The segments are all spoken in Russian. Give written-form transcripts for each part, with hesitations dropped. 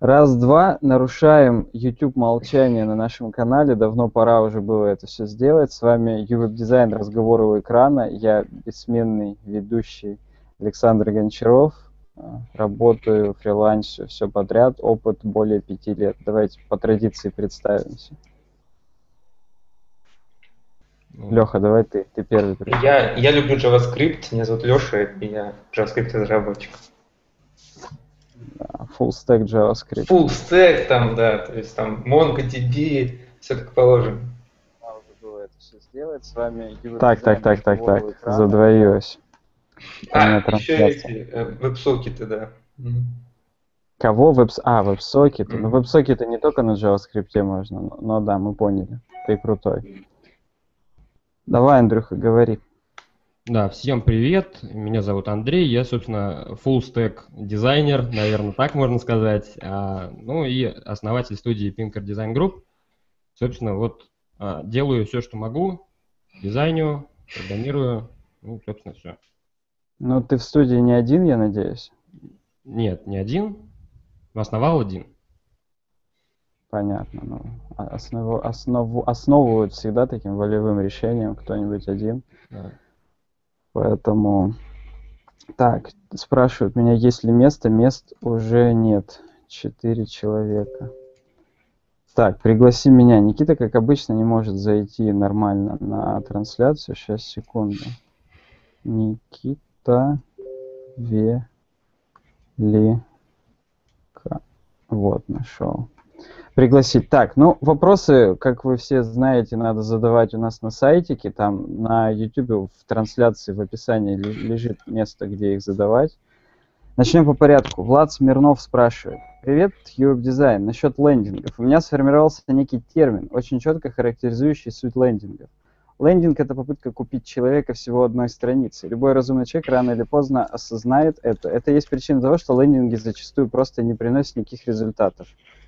Раз-два, нарушаем YouTube молчание на нашем канале. Давно пора уже было это все сделать. С вами UWeb-дизайн разговорного экрана. Я бессменный ведущий Александр Гончаров. Работаю, фрилансю, все подряд. Опыт более 5 лет. Давайте по традиции представимся. Леха, давай ты первый. Я люблю JavaScript, меня зовут Леша, и я JavaScript разработчик. Full stack JavaScript. Full stack там, да, то есть там MongoDB, все как положено. Уже было это все сделать. С вами Так, задвоилось. Еще эти веб-сокеты, да. Кого? Веб-сокеты. Ну, веб-сокеты не только на JavaScript можно, но да, мы поняли. Ты крутой. Давай, Андрюха, говори. Да, всем привет, меня зовут Андрей, я, собственно, full-stack дизайнер, наверное, так можно сказать, ну и основатель студии Pinker Design Group. Собственно, вот делаю все, что могу, дизайню, программирую, ну, собственно, все. Ну, ты в студии не один, я надеюсь? Нет, не один, основал один. Понятно, ну, основывают всегда таким волевым решением кто-нибудь один. Да. Поэтому, так, спрашивают меня, есть ли место? Мест уже нет. 4 человека. Так, пригласи меня. Никита, как обычно, не может зайти нормально на трансляцию. Сейчас, секунду. Никита Велика. Вот, нашел. Пригласить. Так, ну, вопросы, как вы все знаете, надо задавать у нас на сайтике. Там на YouTube в трансляции в описании лежит место, где их задавать. Начнем по порядку. Влад Смирнов спрашивает. Привет, UWeb-дизайн. Насчет лендингов. У меня сформировался некий термин, очень четко характеризующий суть лендингов. Лендинг – это попытка купить человека всего одной страницы. Любой разумный человек рано или поздно осознает это. Это есть причина того, что лендинги зачастую просто не приносят никаких результатов.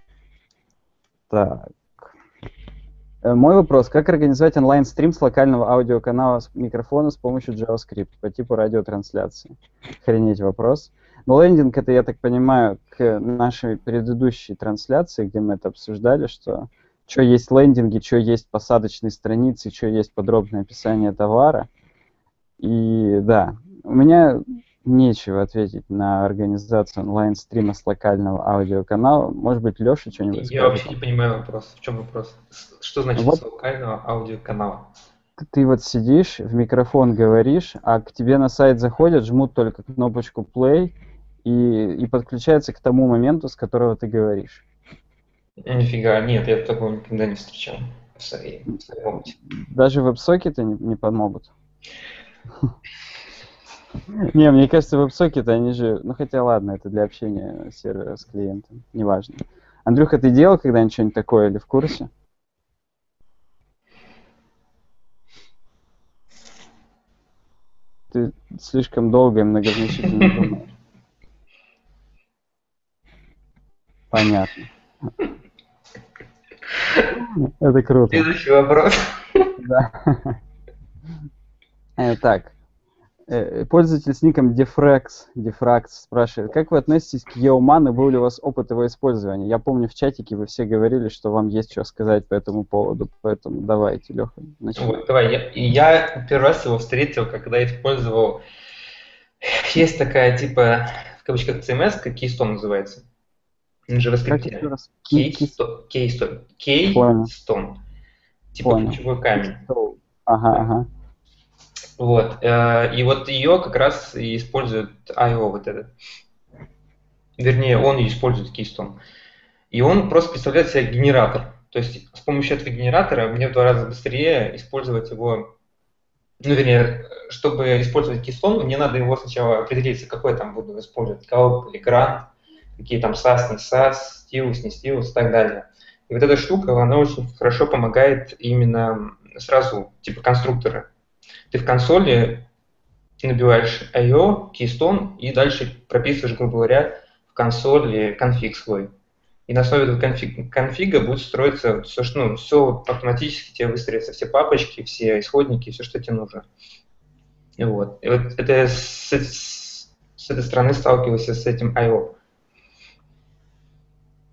Так. Мой вопрос. Как организовать онлайн-стрим с локального аудиоканала с микрофона с помощью JavaScript по типу радиотрансляции? Охренеть вопрос. Но лендинг, это, я так понимаю, к нашей предыдущей трансляции, где мы это обсуждали, что есть лендинги, что есть посадочные страницы, что есть подробное описание товара. И да, у меня нечего ответить на организацию онлайн-стрима с локального аудиоканала. Может быть, Леша что-нибудь скажет? Я вообще не понимаю вопрос. В чем вопрос? Что значит с локального аудиоканала? Ты вот сидишь, в микрофон говоришь, а к тебе на сайт заходят, жмут только кнопочку play и подключаются к тому моменту, с которого ты говоришь. Нифига, нет, я такого никогда не встречал в своем опыте. Даже веб-сокеты не помогут? Не, мне кажется, веб-сокеты, они же... Ну, хотя ладно, это для общения сервера с клиентом, неважно. Андрюха, ты делал когда-нибудь что-нибудь такое или в курсе? Ты слишком долго и многозначительно думаешь. Понятно. Это круто. Следующий вопрос. Да. Так. Пользователь с ником Defrax спрашивает, как вы относитесь к Yeoman и был ли у вас опыт его использования? Я помню, в чатике вы все говорили, что вам есть что сказать по этому поводу, поэтому давайте, Леха, начнем. Вот, давай, я первый раз его встретил, когда использовал, есть такая типа, в кавычках, CMS, как Keystone называется, на JavaScript. Keystone, типа ключевой камень. Ага. Вот, и вот ее как раз и использует I.O. вот этот. Вернее, он и использует Keystone. И он просто представляет себя генератор. То есть с помощью этого генератора мне в 2 раза быстрее использовать его. Ну, вернее, чтобы использовать Keystone, мне надо его сначала определиться, какой там буду использовать, Calc или Grant, какие там SAS, не SAS, Stylus, не Stylus и так далее. И вот эта штука, она очень хорошо помогает именно сразу, типа конструктора. Ты в консоли набиваешь I.O., Keystone и дальше прописываешь, грубо говоря, в консоли конфиг свой. И на основе этого конфига будет строиться все, все автоматически тебе выстроятся все папочки, все исходники, все, что тебе нужно. И вот это с этой стороны сталкивался с этим I.O.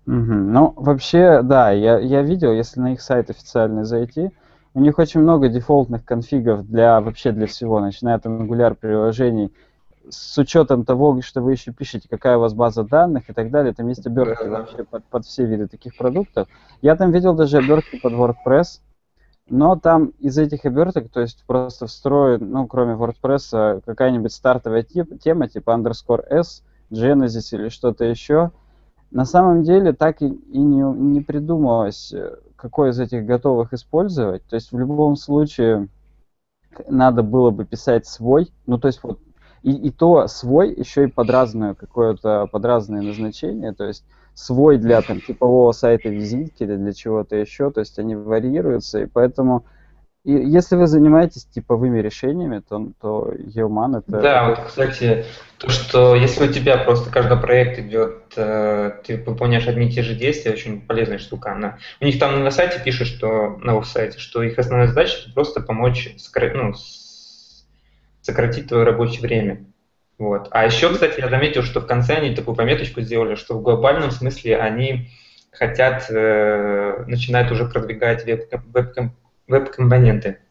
Мгм. Ну, вообще, да, я видел, если на их сайт официальный зайти, у них очень много дефолтных конфигов вообще для всего, начиная от Angular приложений, с учетом того, что вы еще пишете, какая у вас база данных и так далее. Там есть обертки Да-да-да. вообще под все виды таких продуктов. Я там видел даже обертки под WordPress, но там из этих оберток, то есть просто встроен, ну, кроме WordPress, какая-нибудь стартовая тема, типа _s, Genesis или что-то еще. На самом деле так и не придумалось, какой из этих готовых использовать. То есть в любом случае надо было бы писать свой, ну то есть вот и то свой еще и под разное какое-то, под разные назначения, то есть свой для там типового сайта визитки или для чего-то еще, то есть они варьируются, и поэтому и если вы занимаетесь типовыми решениями, то Yeoman Да, это вот, кстати, то, что если у тебя просто каждый проект идет, ты выполняешь одни и те же действия, очень полезная штука. У них там на сайте пишут, что на их сайте, что их основная задача это просто помочь сократить твое рабочее время. Вот. А еще, кстати, я заметил, что в конце они такую пометочку сделали, что в глобальном смысле они хотят, начинают уже продвигать веб-компоненты.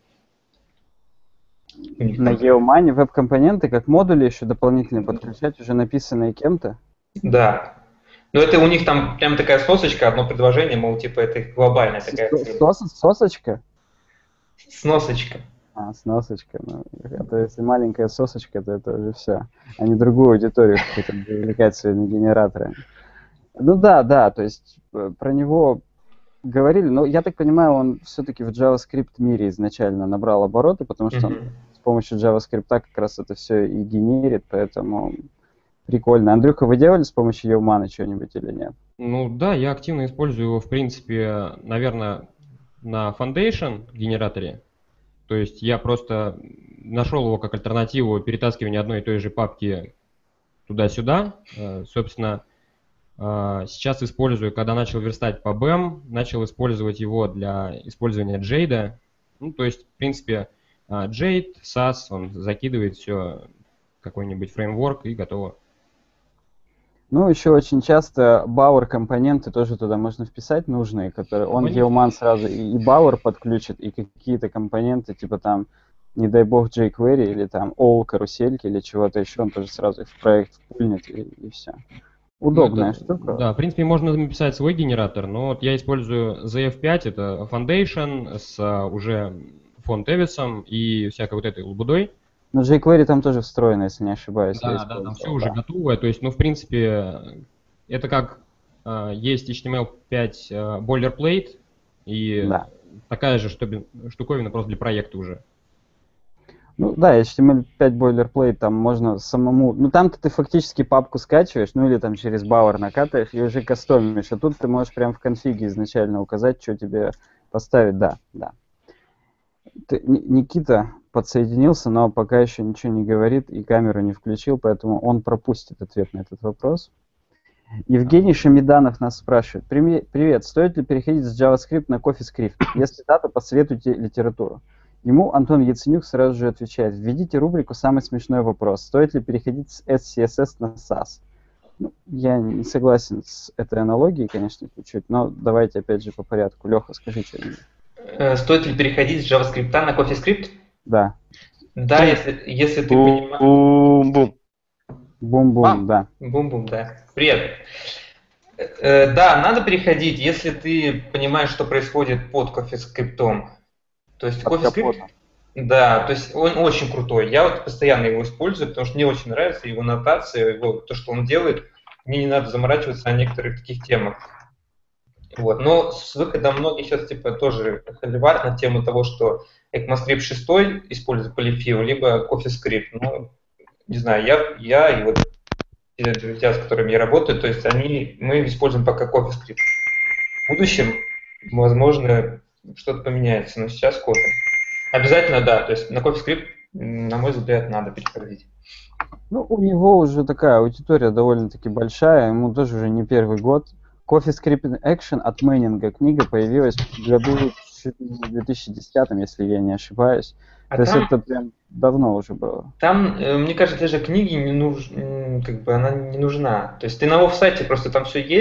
У них на там, Yeoman веб-компоненты как модули еще дополнительно подключать, уже написанные кем-то. да. Но это у них там прям такая сосочка, одно предложение, мол, типа это их глобальная такая Сосочка? сносочка. Сносочка. Ну, это если маленькая сосочка, то это уже все. Они другую аудиторию хотят привлекать своими генераторами. Ну да, да, то есть про него говорили, но я так понимаю, он все-таки в JavaScript мире изначально набрал обороты, потому что он с помощью JavaScript как раз это все и генерит, поэтому прикольно. Андрюха, вы делали с помощью Yeoman что-нибудь или нет? Ну да, я активно использую его, в принципе, наверное, на Foundation генераторе. То есть я просто нашел его как альтернативу перетаскивания одной и той же папки туда-сюда. Собственно, сейчас использую, когда начал верстать по BEM, начал использовать его для использования Jade. Ну, то есть, в принципе, Jade, SAS, он закидывает все, какой-нибудь фреймворк и готово. Ну, еще очень часто Bower компоненты тоже туда можно вписать нужные, которые он Yeoman сразу и Bower подключит, и какие-то компоненты, типа там, не дай бог, jQuery или там all карусельки или чего-то еще, он тоже сразу их в проект впульнет и все. Удобная штука. Да, в принципе, можно написать свой генератор, но вот я использую ZF5, это Foundation с уже фон Тевисом и всякой вот этой лабудой. Но jQuery там тоже встроено, если не ошибаюсь. Да, да, там все уже готовое. То есть, ну, в принципе, это как есть HTML5 boilerplate и такая же штуковина просто для проекта уже. Ну да, HTML5 boilerplate, там можно самому... Ну там-то ты фактически папку скачиваешь, ну или там через Bower накатываешь и уже кастомишь. А тут ты можешь прям в конфиге изначально указать, что тебе поставить. Да, да. Никита подсоединился, но пока еще ничего не говорит и камеру не включил, поэтому он пропустит ответ на этот вопрос. Евгений Шамиданов нас спрашивает. Привет, стоит ли переходить с JavaScript на CoffeeScript? Если да, то посоветуйте литературу. Ему Антон Яценюк сразу же отвечает. Введите рубрику «Самый смешной вопрос». Стоит ли переходить с SCSS на SAS? Ну, я не согласен с этой аналогией, конечно, чуть-чуть, но давайте опять же по порядку. Леха, скажи что-нибудь. Стоит ли переходить с JavaScript на CoffeeScript? Да. Да, если ты понимаешь... Бум-бум. Бум-бум, да. Бум-бум, да. Привет. Да, надо переходить, если ты понимаешь, что происходит под CoffeeScript. То есть CoffeeScript, да, то есть он очень крутой. Я вот постоянно его использую, потому что мне очень нравится его нотация, то, что он делает. Мне не надо заморачиваться о некоторых таких темах. Вот. Но с выходом многие сейчас типа тоже холиварят на тему того, что ECMAScript 6 использует Polyfill, либо CoffeeScript. Ну, не знаю, я и вот те друзья, с которыми я работаю, то есть мы используем пока CoffeeScript. В будущем, возможно, что-то поменяется, но сейчас Coffee. Обязательно, да, то есть на CoffeeScript, на мой взгляд, надо переходить. Ну, у него уже такая аудитория довольно-таки большая, ему тоже уже не первый год. CoffeeScript Action от Мэннинга книга появилась в году 2010, если я не ошибаюсь. То есть это прям давно уже было. Там, мне кажется, даже книги не она не нужна. То есть ты на оффсайте просто там все есть,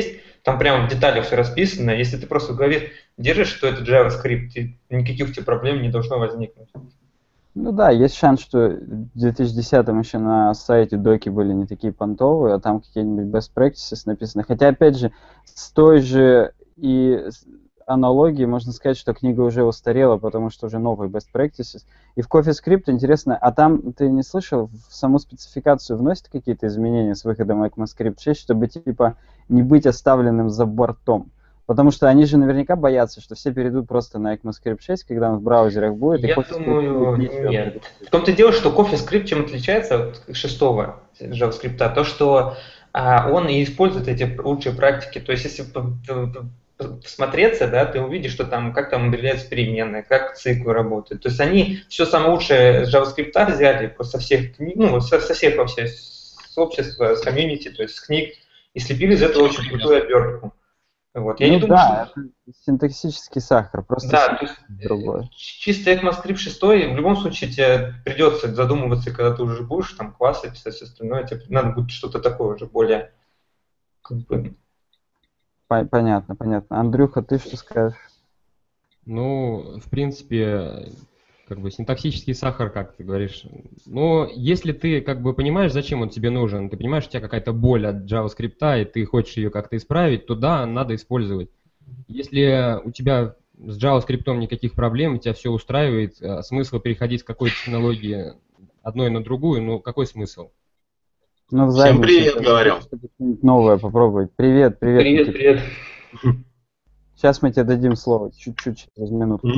Там прямо в деталях все расписано. Если ты просто в голове держишь, что это JavaScript, никаких у тебя проблем не должно возникнуть. Ну да, есть шанс, что в 2010-м еще на сайте доки были не такие понтовые, а там какие-нибудь best practices написаны. Хотя, опять же, с той же и аналогией можно сказать, что книга уже устарела, потому что уже новые best practices. И в CoffeeScript интересно, а там, ты не слышал, в саму спецификацию вносят какие-то изменения с выходом ECMAScript 6, чтобы типа не быть оставленным за бортом? Потому что они же наверняка боятся, что все перейдут просто на ECMAScript 6, когда он в браузерах будет, и Я CoffeeScript думаю, будет нечего нет. предложить. В том-то и дело, что CoffeeScript чем отличается от шестого JavaScript, то, что он и использует эти лучшие практики. То есть, если посмотреться, да, ты увидишь, что там, как там определяются переменные, как циклы работают. То есть они все самое лучшее с JavaScript взяли просто со всех книг, ну, со всех вообще, с общества, с комьюнити, то есть с книг, и слепили из этого очень крутую обертку. Вот. Я не думаю, да, что... это синтаксический сахар, просто Да, то есть другой. чисто ECMAScript 6, в любом случае тебе придется задумываться, когда ты уже будешь там классы писать, все остальное, тебе надо будет что-то такое уже более... Как бы... Понятно, понятно. Андрюха, ты что скажешь? Ну, в принципе, как бы синтаксический сахар, как ты говоришь. Но если ты как бы понимаешь, зачем он тебе нужен, ты понимаешь, у тебя какая-то боль от JavaScript, и ты хочешь ее как-то исправить, то да, надо использовать. Если у тебя с JavaScript никаких проблем, и тебя все устраивает, смысл переходить с какой-то технологии одной на другую, ну какой смысл? Ну, в Всем задницу, привет, говорю. чтобы что-нибудь новое попробовать. Привет, привет. Привет, Никита. привет. Сейчас мы тебе дадим слово, чуть-чуть, через минуту.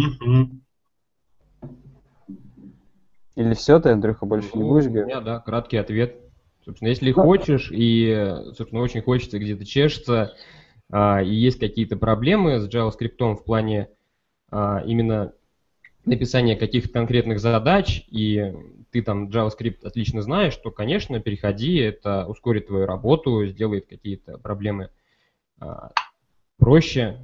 Или все, ты, Андрюха, больше не будешь У говорить? меня, да, краткий ответ. Собственно, если Ну, хочешь, и, собственно, очень хочется, где-то чешется, и есть какие-то проблемы с JavaScript в плане именно написания каких-то конкретных задач, и ты там JavaScript отлично знаешь, то, конечно, переходи, это ускорит твою работу, сделает какие-то проблемы проще.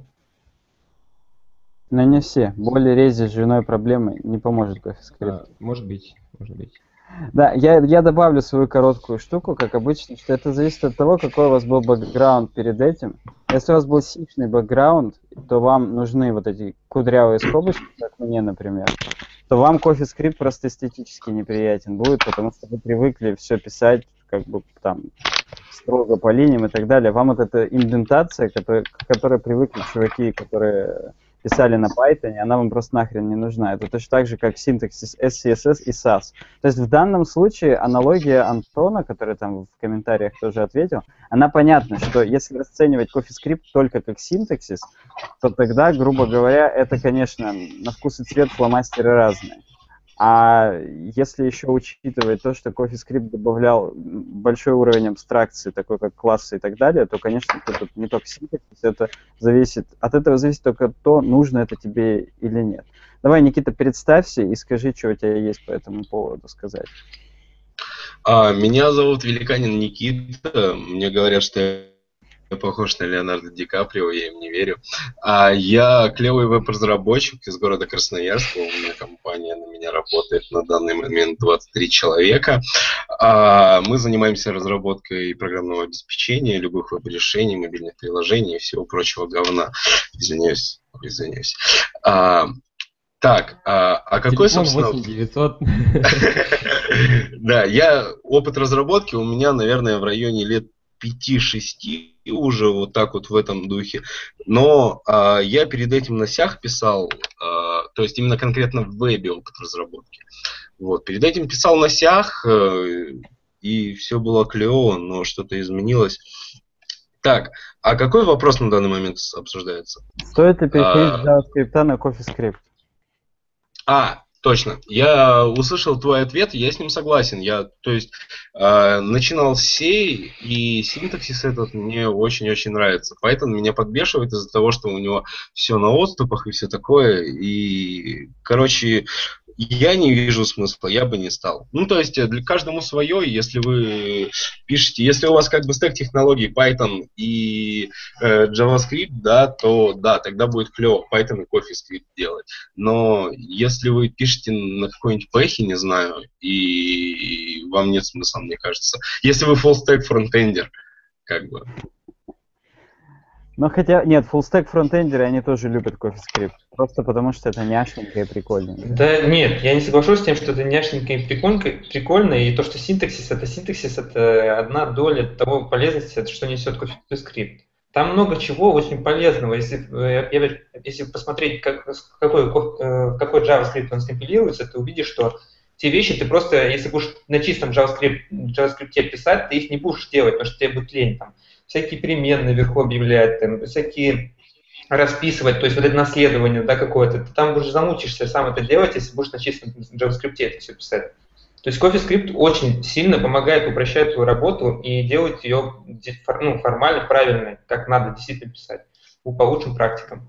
но не все. Боли, рези с женой проблемы не поможет CoffeeScript. Может быть, может быть. Да, я добавлю свою короткую штуку, как обычно, что это зависит от того, какой у вас был бэкграунд перед этим. Если у вас был сичный бэкграунд, то вам нужны вот эти кудрявые скобочки, как мне, например, то вам CoffeeScript просто эстетически неприятен будет, потому что вы привыкли все писать как бы там строго по линиям и так далее. Вам вот эта индентация, к которой привыкли чуваки, которые писали на Python, она вам просто нахрен не нужна. Это точно так же, как синтаксис SCSS и SAS. То есть в данном случае аналогия Антона, который там в комментариях тоже ответил, она понятна, что если расценивать CoffeeScript только как синтаксис, то тогда, грубо говоря, это, конечно, на вкус и цвет фломастеры разные. А если еще учитывать то, что CoffeeScript добавлял большой уровень абстракции, такой как классы и так далее, то, конечно, тут не только синтаксис, это зависит, от этого зависит только то, нужно это тебе или нет. Давай, Никита, представься и скажи, что у тебя есть по этому поводу сказать. Меня зовут Великанин Никита. Мне говорят, что я похож на Леонардо Ди Каприо, я им не верю. Я клевый веб-разработчик из города Красноярска. У меня компания, на меня работает на данный момент 23 человека. Мы занимаемся разработкой программного обеспечения, любых веб-решений, мобильных приложений и всего прочего говна. Извиняюсь. Так, какой, Телефон собственно... 8900. Да, опыт разработки у меня, наверное, в районе лет 5-6 уже вот так вот в этом духе. Но я перед этим на сях писал, то есть именно конкретно в вебе опыт разработки. Вот, перед этим писал на сях, и все было клево, но что-то изменилось. Так, а какой вопрос на данный момент обсуждается? Стоит ли переходить с JavaScript на CoffeeScript? Точно. Я услышал твой ответ, я с ним согласен. Я, то есть, начинал с C, и синтаксис этот мне очень-очень нравится. Python меня подбешивает из-за того, что у него все на отступах и все такое. И, короче, я не вижу смысла, я бы не стал. Ну, то есть, для каждому свое, если вы пишете, если у вас как бы стек технологий Python и JavaScript, да, то да, тогда будет клево Python и CoffeeScript делать. Но если вы пишете на какой-нибудь пэхе, не знаю, и вам нет смысла, мне кажется. Если вы full-stack фронтендер, как бы. Но хотя, нет, фуллстек фронтендеры, они тоже любят CoffeeScript. Просто потому, что это няшненько и прикольненько. Да нет, я не соглашусь с тем, что это няшненько и прикольно, и то, что синтаксис это одна доля того полезности, это что несет CoffeeScript. Там много чего очень полезного. Если посмотреть, в какой JavaScript он скомпилируется, ты увидишь, что те вещи ты просто, если будешь на чистом JavaScript писать, ты их не будешь делать, потому что тебе будет лень. Там всякие переменные вверху объявлять, там, всякие расписывать, то есть вот это наследование, да, какое-то, ты там уже замучишься сам это делать, если будешь на чистом JavaScript это все писать. То есть CoffeeScript очень сильно помогает упрощать твою работу и делать ее формально правильной, как надо действительно писать, по лучшим практикам.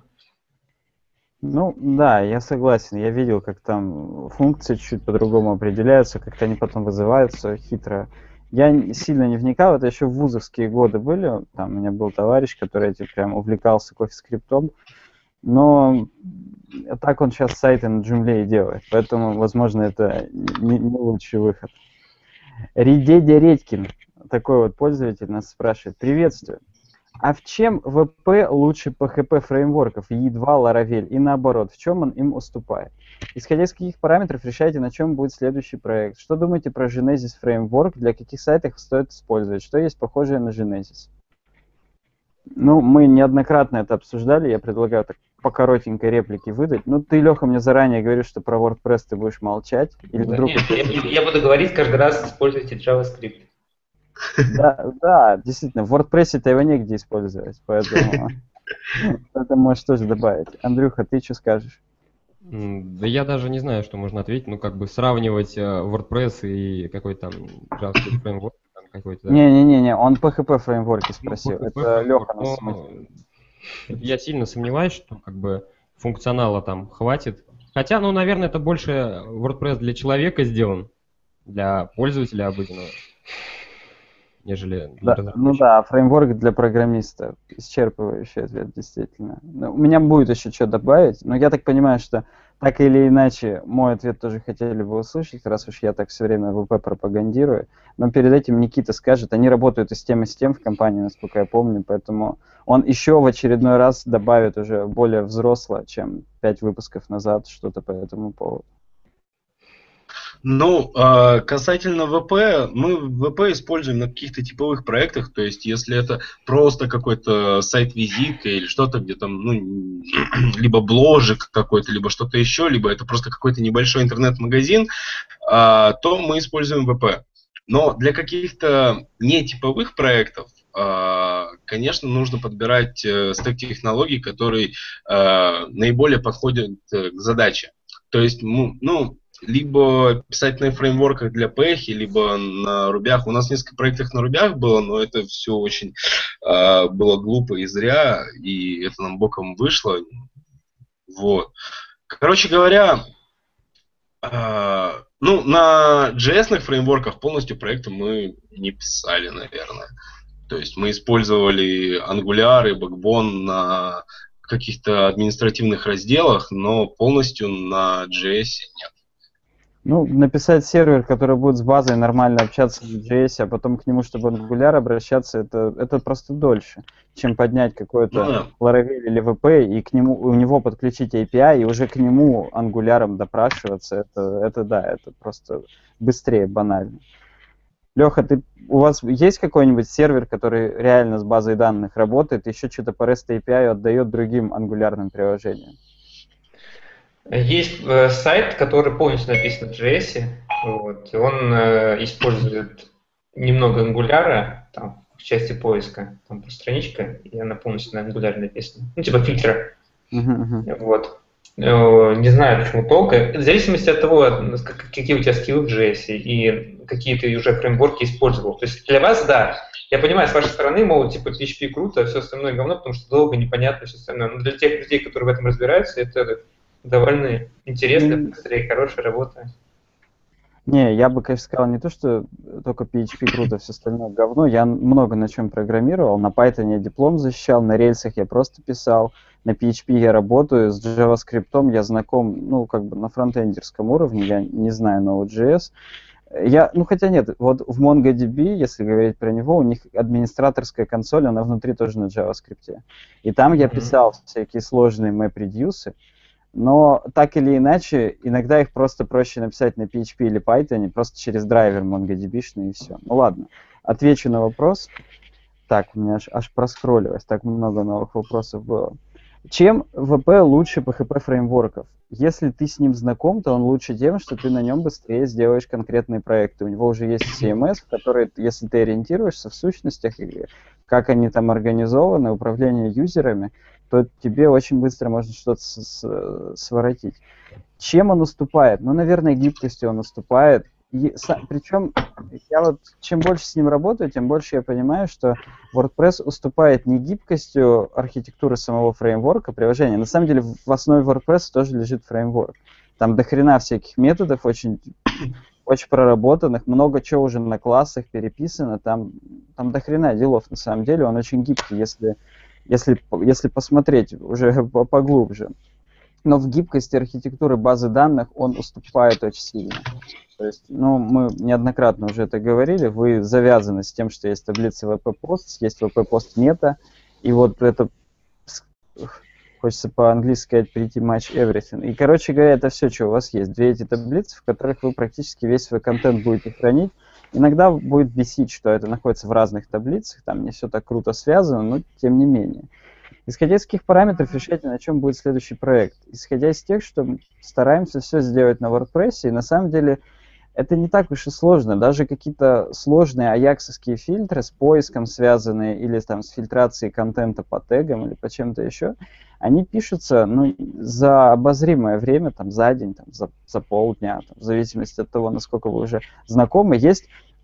Ну, да, я согласен. Я видел, как там функции чуть по-другому определяются, как-то они потом вызываются хитро. Я сильно не вникал, это еще в вузовские годы были. Там у меня был товарищ, который этим прям увлекался CoffeeScript, но так он сейчас сайты на Joomla и делает, поэтому, возможно, это не лучший выход. Редедя Редькин, такой вот пользователь, нас спрашивает: приветствую. А в чем ВП лучше PHP фреймворков E2, Laravel и наоборот, в чем он им уступает? Исходя из каких параметров решаете, на чем будет следующий проект? Что думаете про Genesis фреймворк? Для каких сайтов стоит использовать? Что есть похожее на Genesis? Ну, мы неоднократно это обсуждали, я предлагаю так по коротенькой реплике выдать. Ну, ты, Леха, мне заранее говоришь, что про WordPress ты будешь молчать. Или Да, вдруг... нет, я буду говорить каждый раз, используйте JavaScript. Да, действительно, в WordPress-то его негде использовать, поэтому это можешь тоже добавить. Андрюха, ты что скажешь? Да я даже не знаю, что можно ответить. Ну, как бы сравнивать WordPress и какой-то там JavaScript фреймворк какой-то. Не, он PHP фреймворки спросил. Это Леха нас смутил. Я сильно сомневаюсь, что как бы функционала там хватит. Хотя, ну, наверное, это больше WordPress для человека сделан, для пользователя обыденного, нежели для разработчика. Ну да, фреймворк для программиста. Исчерпывающий ответ, действительно. Ну, у меня будет еще что добавить, но я так понимаю, что так или иначе мой ответ тоже хотели бы услышать, раз уж я так все время ВП пропагандирую. Но перед этим Никита скажет, они работают и с тем в компании, насколько я помню, поэтому он еще в очередной раз добавит уже более взросло, чем 5 выпусков назад, что-то по этому поводу. Ну, касательно ВП, мы ВП используем на каких-то типовых проектах, то есть если это просто какой-то сайт-визитка или что-то, где там, ну, либо бложик какой-то, либо что-то еще, либо это просто какой-то небольшой интернет-магазин, то мы используем ВП. Но для каких-то нетиповых проектов, конечно, нужно подбирать стек технологий, который наиболее подходит к задаче. То есть, ну, либо писать на фреймворках для PHP, либо на рубях. У нас несколько проектов на рубях было, но это все очень было глупо и зря, и это нам боком вышло. Вот. Короче говоря, ну, на JS-ных фреймворках полностью проекты мы не писали, наверное. То есть мы использовали Angular и Backbone на каких-то административных разделах, но полностью на JS нет. Ну, написать сервер, который будет с базой нормально общаться в JS, а потом к нему, чтобы Angular обращаться, это просто дольше, чем поднять какой-то Laravel или VP и к нему, у него подключить API и уже к нему Angular допрашиваться. Это просто быстрее, банально. Леха, у вас есть какой-нибудь сервер, который реально с базой данных работает, и еще что-то по REST API отдает другим ангулярным приложениям? Есть сайт, который полностью написан в JS, вот, и он использует немного Angular там, в части поиска, там страничка, и она полностью на Angular написана, ну типа фильтра, вот. Не знаю, почему толка. В зависимости от того, какие у тебя скиллы в JS и какие ты уже фреймворки использовал. То есть для вас, да, я понимаю, с вашей стороны, мол, типа PHP круто, а все остальное говно, потому что долго, непонятно, все остальное. Но для тех людей, которые в этом разбираются, это довольно интересная, быстрее, хорошая работа. Не, я бы, конечно, сказал не то, что только PHP круто, все остальное говно. Я много на чем программировал. На Python я диплом защищал, на рельсах я просто писал, на PHP я работаю, с JavaScript я знаком, ну, как бы на фронтендерском уровне, я не знаю Node.js. Ну хотя нет, вот в MongoDB, если говорить про него, у них администраторская консоль, она внутри тоже на JavaScript. И там я писал всякие сложные MapReduce, но так или иначе, иногда их просто проще написать на PHP или Python, просто через драйвер MongoDB-шный и все. Ну ладно, отвечу на вопрос. Так, у меня аж проскроллилось, так много новых вопросов было. Чем WP лучше PHP фреймворков? Если ты с ним знаком, то он лучше тем, что ты на нем быстрее сделаешь конкретные проекты. У него уже есть CMS, в который, если ты ориентируешься в сущностях, как они там организованы, управление юзерами, то тебе очень быстро можно что-то своротить. Чем он уступает? Ну, наверное, гибкостью он уступает. Причем я вот чем больше с ним работаю, тем больше я понимаю, что WordPress уступает не гибкостью архитектуры самого фреймворка приложения. На самом деле в основе WordPress тоже лежит фреймворк. Там дохрена всяких методов, очень проработанных, много чего уже на классах переписано, там дохрена делов на самом деле, он очень гибкий, если посмотреть уже поглубже. Но в гибкости архитектуры базы данных он уступает очень сильно. То есть, ну, мы неоднократно уже это говорили, вы завязаны с тем, что есть таблица WP-Post, есть WP-Post мета, и вот это, хочется по-английски сказать, pretty much everything. И, короче говоря, это все, что у вас есть. Две эти таблицы, в которых вы практически весь свой контент будете хранить. Иногда будет бесить, что это находится в разных таблицах, там не все так круто связано, но тем не менее. Исходя из каких параметров решайте, на чем будет следующий проект? Исходя из тех, что стараемся все сделать на WordPress, и на самом деле это не так уж и сложно. Даже какие-то сложные аяксовские фильтры с поиском связанные или там с фильтрацией контента по тегам или по чем-то еще, они пишутся за обозримое время, там, за день, там, за полдня, там, в зависимости от того, насколько вы уже знакомы. Есть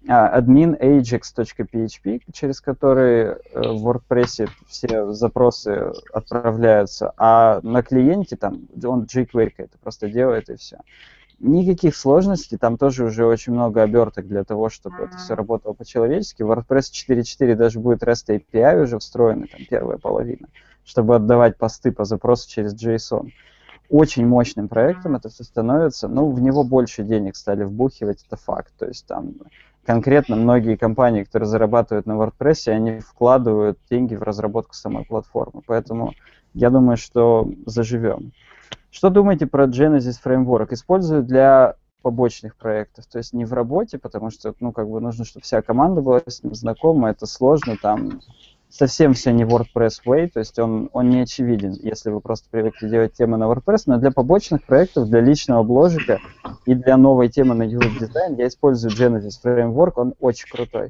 админ ajax.php, через который в WordPress все запросы отправляются, а на клиенте там он jQuery это просто делает и все. Никаких сложностей, там тоже уже очень много оберток для того, чтобы это все работало по-человечески. В WordPress 4.4 даже будет REST API уже встроенный, там первая половина, чтобы отдавать посты по запросу через JSON. Очень мощным проектом это все становится, в него больше денег стали вбухивать, это факт. То есть там конкретно многие компании, которые зарабатывают на WordPress, они вкладывают деньги в разработку самой платформы. Поэтому я думаю, что заживем. Что думаете про Genesis Framework? Использую для побочных проектов, то есть не в работе, потому что, нужно, чтобы вся команда была с ним знакома, это сложно, там совсем все не WordPress way, то есть он не очевиден, если вы просто привыкли делать темы на WordPress, но для побочных проектов, для личного бложика и для новой темы на UX Design я использую Genesis Framework, он очень крутой.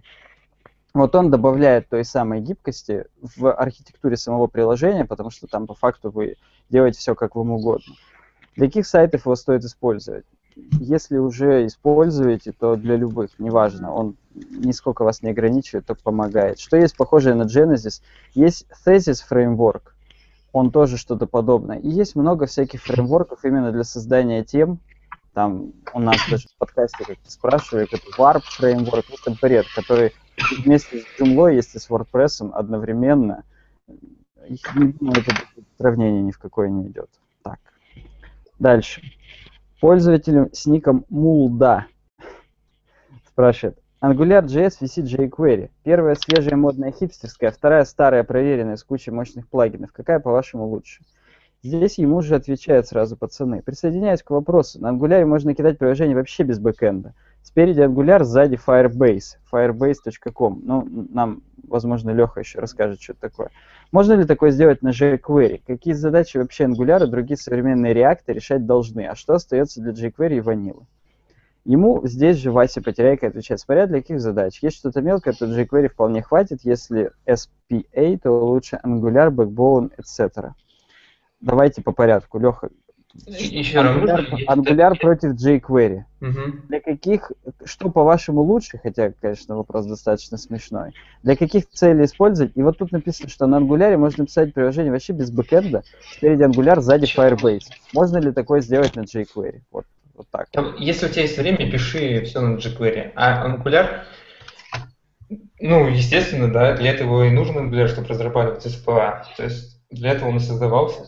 Вот он добавляет той самой гибкости в архитектуре самого приложения, потому что там по факту вы делаете все как вам угодно. Для каких сайтов его стоит использовать? Если уже используете, то для любых, неважно, он нисколько вас не ограничивает, только помогает. Что есть похожее на Genesis? Есть Thesis Framework, он тоже что-то подобное. И есть много всяких фреймворков именно для создания тем. Там у нас даже в подкасте как-то спрашивали, это Warp Framework, и Template, который вместе с Joomla, если с WordPress одновременно. Это сравнение ни в какое не идет. Так. Дальше. Пользователь с ником Mulda спрашивает. Angular.js висит jQuery. Первая свежая, модная, хипстерская, вторая старая, проверенная, с кучей мощных плагинов. Какая, по-вашему, лучше? Здесь ему же отвечают сразу пацаны. Присоединяюсь к вопросу. На Angular можно кидать приложение вообще без бэкэнда. Спереди Angular, сзади Firebase. Firebase.com. Нам, возможно, Леха еще расскажет, что это такое. Можно ли такое сделать на jQuery? Какие задачи вообще Angular и другие современные React решать должны? А что остается для jQuery и Vanilla? Ему здесь же Вася Потеряйко отвечает, смотря для каких задач. Есть что-то мелкое, то jQuery вполне хватит. Если SPA, то лучше Angular, Backbone, etc. Давайте по порядку. Леха, еще Angular против jQuery. Угу. Для каких, что по-вашему лучше, хотя, конечно, вопрос достаточно смешной, для каких целей использовать? И вот тут написано, что на Angular можно писать приложение вообще без бэкэнда, спереди Angular, сзади Firebase. Можно ли такое сделать на jQuery? Вот так. Если у тебя есть время, пиши все на jQuery. А Angular, естественно, да, для этого и нужен Angular, чтобы разрабатывать SPA. То есть для этого он и создавался.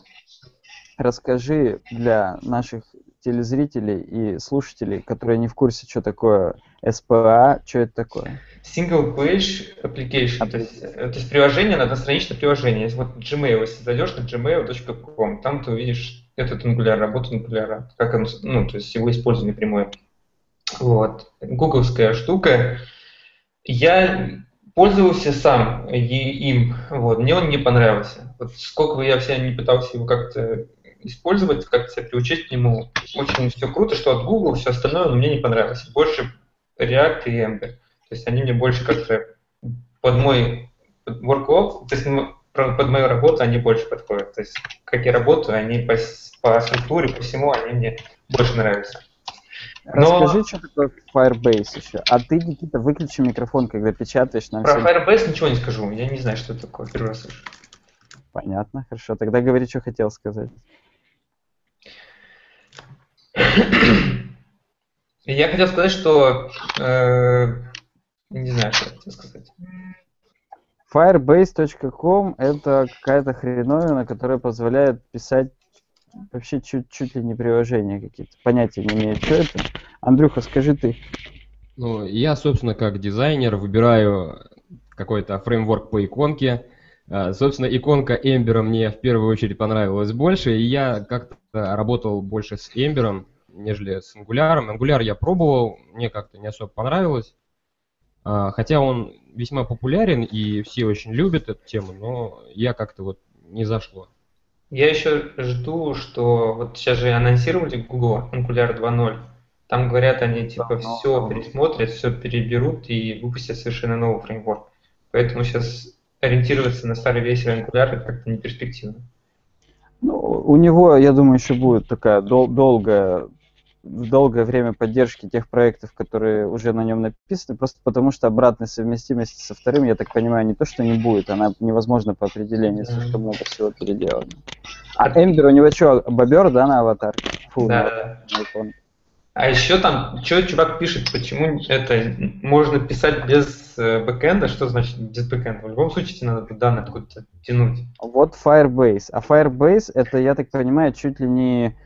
Расскажи для наших телезрителей и слушателей, которые не в курсе, что такое SPA, что это такое? Single Page Application, то есть приложение, одностраничное приложение. Вот Gmail, если зайдешь на gmail.com, там ты увидишь этот Angular, работу Angular, как он, ну, то есть его использование прямое. Вот. Гугловская штука. Я пользовался сам им, вот, мне он не понравился. Вот сколько бы я себя не пытался его как-то использовать, как-то себя приучить к нему, очень все круто, что от Google, все остальное, но мне не понравилось. Больше React и Ember. То есть они мне больше как-то под мой workload, то есть под мою работу они больше подходят. То есть как я работаю, они по структуре, по всему, они мне больше нравятся. Расскажи, что такое Firebase еще. А ты, Никита, выключи микрофон, когда печатаешь нам. Про Firebase ничего не скажу, я не знаю, что это такое, первый раз слышу. Понятно, хорошо. Тогда говори, что хотел сказать. Я хотел сказать, что... не знаю, что я хотел сказать. Firebase.com — это какая-то хреновина, которая позволяет писать вообще чуть ли не приложения какие-то. Понятия не имею, что это. Андрюха, скажи ты. Ну, я, собственно, как дизайнер выбираю какой-то фреймворк по иконке. Собственно, иконка Ember мне в первую очередь понравилась больше, и я как-то работал больше с Ember, нежели с Angular. Angular я пробовал, мне как-то не особо понравилось. Хотя он весьма популярен, и все очень любят эту тему, но я как-то вот не зашло. Я еще жду, что вот сейчас же анонсировали Google Angular 2.0. Там говорят, они типа все пересмотрят, все переберут и выпустят совершенно новый фреймворк. Поэтому сейчас ориентироваться на старой версии Angular как-то не перспективно. Ну, у него, я думаю, еще будет такая долгое время поддержки тех проектов, которые уже на нем написаны, просто потому что обратной совместимости со вторым, я так понимаю, не то, что не будет, она невозможна по определению, слишком много всего переделано. А Ember у него что, бобер, да, на аватарке? Фу, да. А еще там, что чувак пишет, почему это можно писать без бэкэнда, что значит без бэкэнда? В любом случае тебе надо данные откуда-то тянуть. Вот Firebase. А Firebase это, я так понимаю, чуть ли не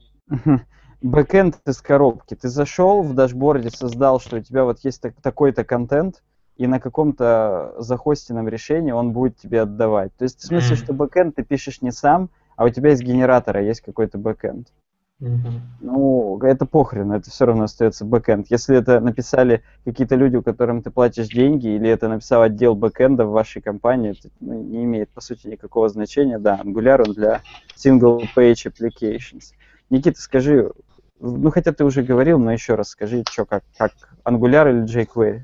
бэкэнд из коробки. Ты зашел в дашборде, создал, что у тебя вот есть такой-то контент, и на каком-то захостенном решении он будет тебе отдавать. То есть в смысле, что бэкэнд ты пишешь не сам, а у тебя из генератора есть какой-то бэкэнд. Ну, это похрен, это все равно остается бэкэнд. Если это написали какие-то люди, которым ты платишь деньги, или это написал отдел бэкэнда в вашей компании, это не имеет, по сути, никакого значения. Да, Angular он для single page applications. Никита, скажи, ну хотя ты уже говорил, но еще раз скажи, что как Angular или jQuery?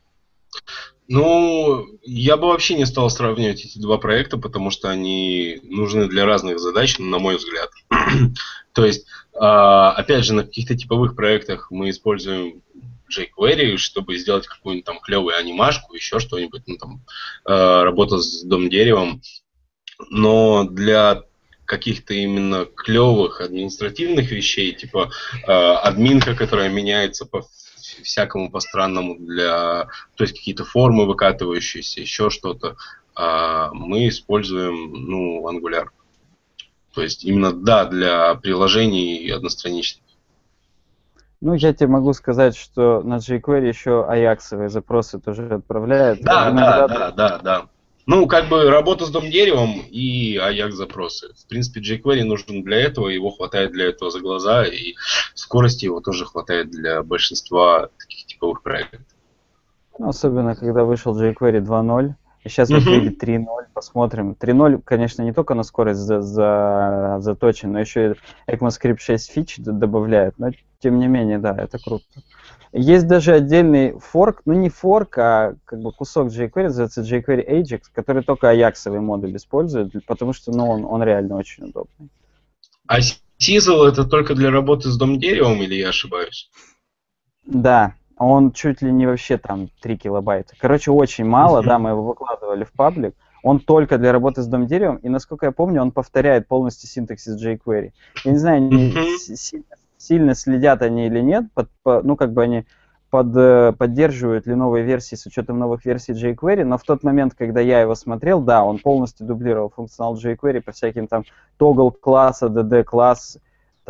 Ну, я бы вообще не стал сравнивать эти два проекта, потому что они нужны для разных задач, на мой взгляд. То есть, опять же, на каких-то типовых проектах мы используем jQuery, чтобы сделать какую-нибудь там клевую анимашку, еще что-нибудь, ну там, работа с дом-деревом. Но для каких-то именно клевых административных вещей, типа админка, которая меняется по всякому по странному, то есть какие-то формы выкатывающиеся, еще что-то, мы используем, ну, Angular. То есть именно, да, для приложений одностраничных. Ну, я тебе могу сказать, что на jQuery еще аяксовые запросы тоже отправляют. Да. Ну, как бы работа с дом-деревом и Ajax запросы. В принципе, jQuery нужен для этого, его хватает для этого за глаза, и скорости его тоже хватает для большинства таких типовых проектов. Ну, особенно, когда вышел jQuery 2.0, и сейчас вот выйдет 3.0, посмотрим. 3.0, конечно, не только на скорость заточен, но еще и ECMAScript 6 фич добавляет, но тем не менее, да, это круто. Есть даже отдельный форк, ну не форк, а как бы кусок jQuery, называется jQuery Ajax, который только аяксовый модуль использует, потому что, ну, он реально очень удобный. А Sizzle это только для работы с дом-деревом, или я ошибаюсь? Да, он чуть ли не вообще там 3 килобайта. Короче, очень мало, да, мы его выкладывали в паблик. Он только для работы с дом-деревом, и, насколько я помню, он повторяет полностью синтаксис jQuery. Я не знаю, сильно следят они или нет, ну, как бы они поддерживают ли новые версии с учетом новых версий jQuery, но в тот момент, когда я его смотрел, да, он полностью дублировал функционал jQuery по всяким там toggle класса, dd класс,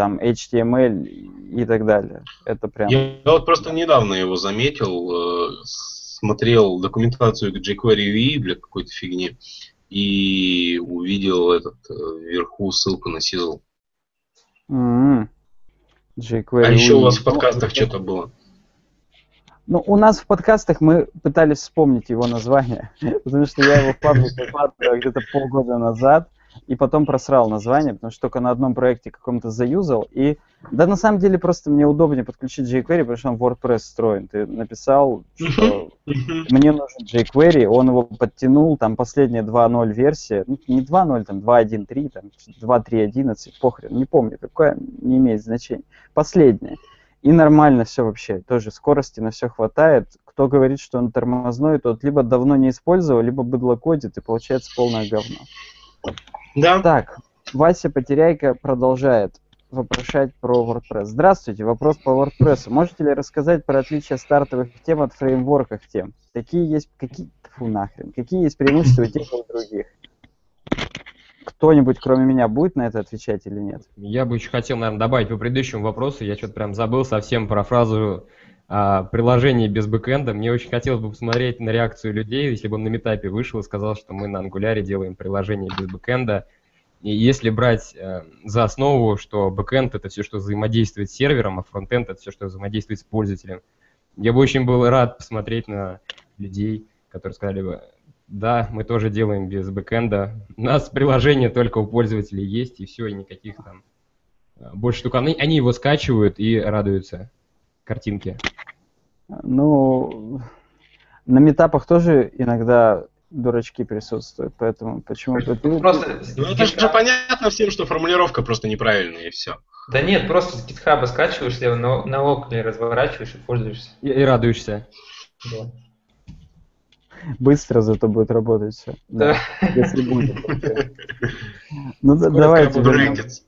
там HTML и так далее. Это прям... Я вот просто недавно его заметил, смотрел документацию к jQuery UI для какой-то фигни и увидел вверху ссылку на Sizzle. jQuery А еще UI. у вас в подкастах что-то было? Ну, у нас в подкастах мы пытались вспомнить его название, потому что я его в паблике выкладывал где-то полгода назад, и потом просрал название, потому что только на одном проекте каком-то заюзал. И да, на самом деле просто мне удобнее подключить jQuery, потому что он WordPress встроен. Ты написал, что мне нужен jQuery, он его подтянул, там последняя 2.0 версия, ну, не 2.0, там 2.1.3, там 2.3.11, похрен, не помню, какое, не имеет значения. Последняя. И нормально все вообще, тоже скорости на все хватает. Кто говорит, что он тормозной, тот либо давно не использовал, либо быдло кодит, и получается полное говно. Да. Так, Вася Потеряйка продолжает вопрошать про WordPress. Здравствуйте, вопрос по WordPress. Можете ли рассказать про отличия стартовых тем от фреймворков тем? Какие есть преимущества у тех и у других? Кто-нибудь, кроме меня, будет на это отвечать или нет? Я бы еще хотел, наверное, добавить по предыдущему вопросу. Я что-то прям забыл совсем про фразу приложение без бэкэнда. Мне очень хотелось бы посмотреть на реакцию людей, если бы он на метапе вышел и сказал, что мы на Angular делаем приложение без бэкэнда. И если брать за основу, что бэкэнд — это все, что взаимодействует с сервером, а фронтенд — это все, что взаимодействует с пользователем, я бы очень был рад посмотреть на людей, которые сказали бы: да, мы тоже делаем без бэкэнда, у нас приложение только у пользователей есть, и все, и никаких там больше штук. Они его скачивают и радуются картинке. Ну, на метапах тоже иногда дурачки присутствуют, поэтому почему бы ты... Просто Ну это же понятно всем, что формулировка просто неправильная, и все. Да нет, просто с GitHub скачиваешь, его на локале разворачиваешь и пользуешься. И радуешься. Да. Быстро зато будет работать все. Да. Если будет. Ну Скоро давайте. Брекетс.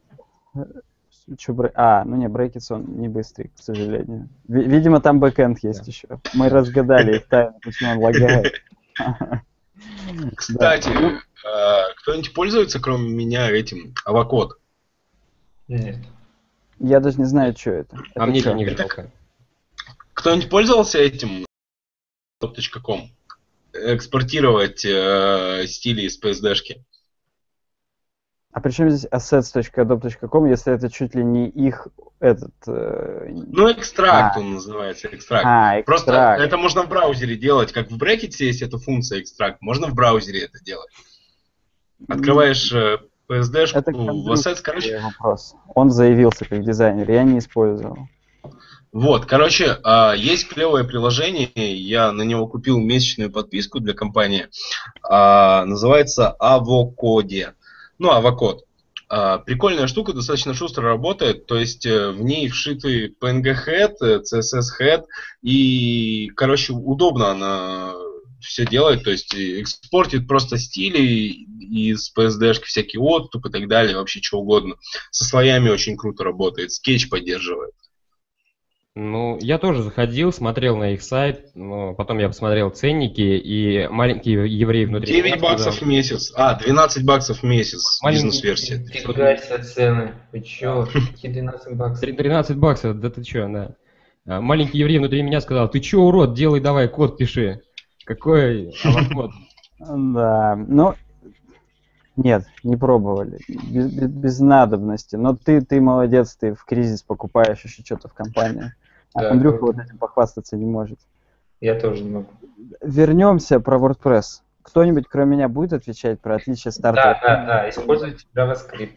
Ну не, Брекетс он не быстрый, к сожалению. Видимо, там бэкэнд есть еще. Мы разгадали их тайну, почему он лагает. Кстати, кто-нибудь пользуется, кроме меня, этим Авокод? Нет. Я даже не знаю, что это. А мне чё? не жалко. Кто-нибудь пользовался этим .com? Экспортировать стили из PSD-шки? А при чем здесь assets.adobe.com, если это чуть ли не их Ну, экстракт он называется, экстракт. экстракт. Просто это можно в браузере делать, как в брекете есть эта функция экстракт, можно в браузере это делать. Открываешь PSD-шку Это в Assets, короче. вопрос. Он заявился как дизайнер, я не использовал. Вот, короче, есть клевое приложение, я на него купил месячную подписку для компании, называется Avocode. Ну, Avocode. Прикольная штука, достаточно шустро работает, то есть в ней вшиты PNG-head, CSS-head, и, короче, удобно она все делает, то есть экспортит просто стили из PSD-шки, всякие отступы и так далее, вообще что угодно. Со слоями очень круто работает, скетч поддерживает. Ну, я тоже заходил, смотрел на их сайт, но потом я посмотрел ценники, и маленький еврей внутри... 9 баксов в месяц. 12 баксов в месяц. Бизнес-версия. Фига себе цены. Вы чё? Какие 12 баксов? 13 баксов, да ты чё, да. Маленький еврей внутри меня сказал: ты чё, урод, делай давай, код пиши. Какой авокод? Да, ну... Нет, не пробовали. Без надобности. Но ты молодец, ты в кризис покупаешь еще что-то в компании. А Да, Андрюха круто. вот этим похвастаться не может. Я тоже не могу. Вернемся про WordPress. Кто-нибудь, кроме меня, будет отвечать про отличие стартовых? Да, используйте JavaScript.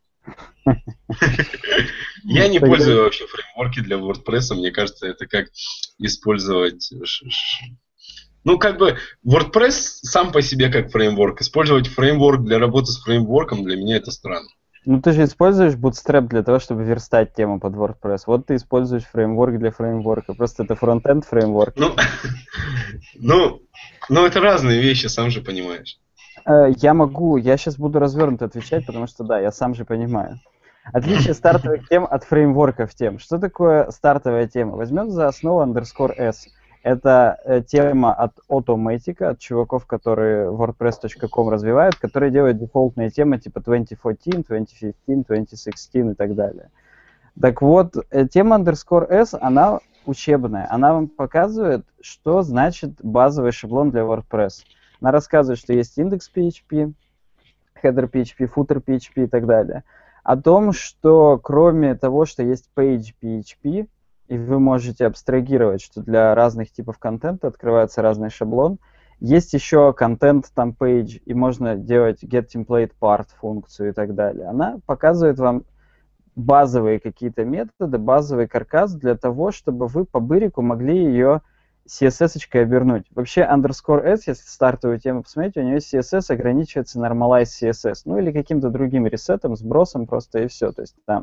Я не пользую вообще фреймворки для WordPress. Мне кажется, это как использовать... Ну, как бы, WordPress сам по себе как фреймворк. Использовать фреймворк для работы с фреймворком для меня это странно. Ну, ты же используешь Bootstrap для того, чтобы верстать тему под WordPress. Вот ты используешь фреймворк для фреймворка. Просто это фронтенд фреймворк. Ну, это разные вещи, сам же понимаешь. Я сейчас буду развернуто отвечать, потому что, да, я сам же понимаю. Отличие стартовых тем от фреймворков тем. Что такое стартовая тема? Возьмем за основу _s. Это тема от Automatic, от чуваков, которые WordPress.com развивают, которые делают дефолтные темы типа 2014, 2015, 2016 и так далее. Так вот, тема _s, она учебная. Она вам показывает, что значит базовый шаблон для WordPress. Она рассказывает, что есть индекс PHP, header PHP, footer PHP и так далее. О том, что кроме того, что есть page PHP, и вы можете абстрагировать, что для разных типов контента открывается разный шаблон, есть еще контент там page, и можно делать getTemplatePart функцию и так далее. Она показывает вам базовые какие-то методы, базовый каркас для того, чтобы вы по бырику могли ее CSS-очкой обернуть. Вообще _s, если стартовую тему посмотреть, у нее CSS ограничивается normalize CSS, ну или каким-то другим ресетом, сбросом просто и все. То есть там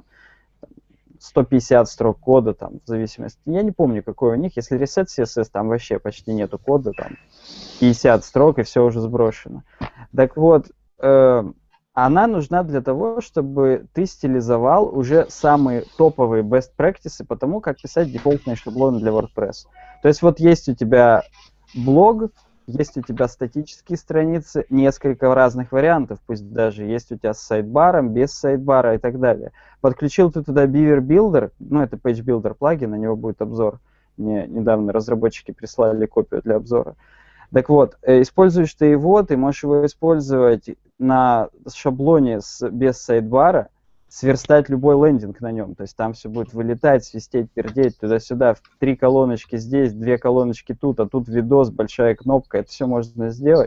150 строк кода, там, в зависимости. Я не помню, какой у них. Если reset CSS, там вообще почти нету кода, там 50 строк, и все уже сброшено. Так вот, она нужна для того, чтобы ты стилизовал уже самые топовые best practices по тому, как писать дефолтные шаблоны для WordPress. То есть вот есть у тебя блог, есть у тебя статические страницы, несколько разных вариантов, пусть даже есть у тебя с сайдбаром, без сайдбара и так далее. Подключил ты туда Beaver Builder, ну это Page Builder плагин, на него будет обзор. Мне недавно разработчики прислали копию для обзора. Так вот, используешь ты его, ты можешь его использовать на шаблоне без сайдбара, сверстать любой лендинг на нем. То есть там все будет вылетать, свистеть, пердеть, туда-сюда, 3 колоночки здесь, 2 колоночки тут, а тут видос, большая кнопка, это все можно сделать.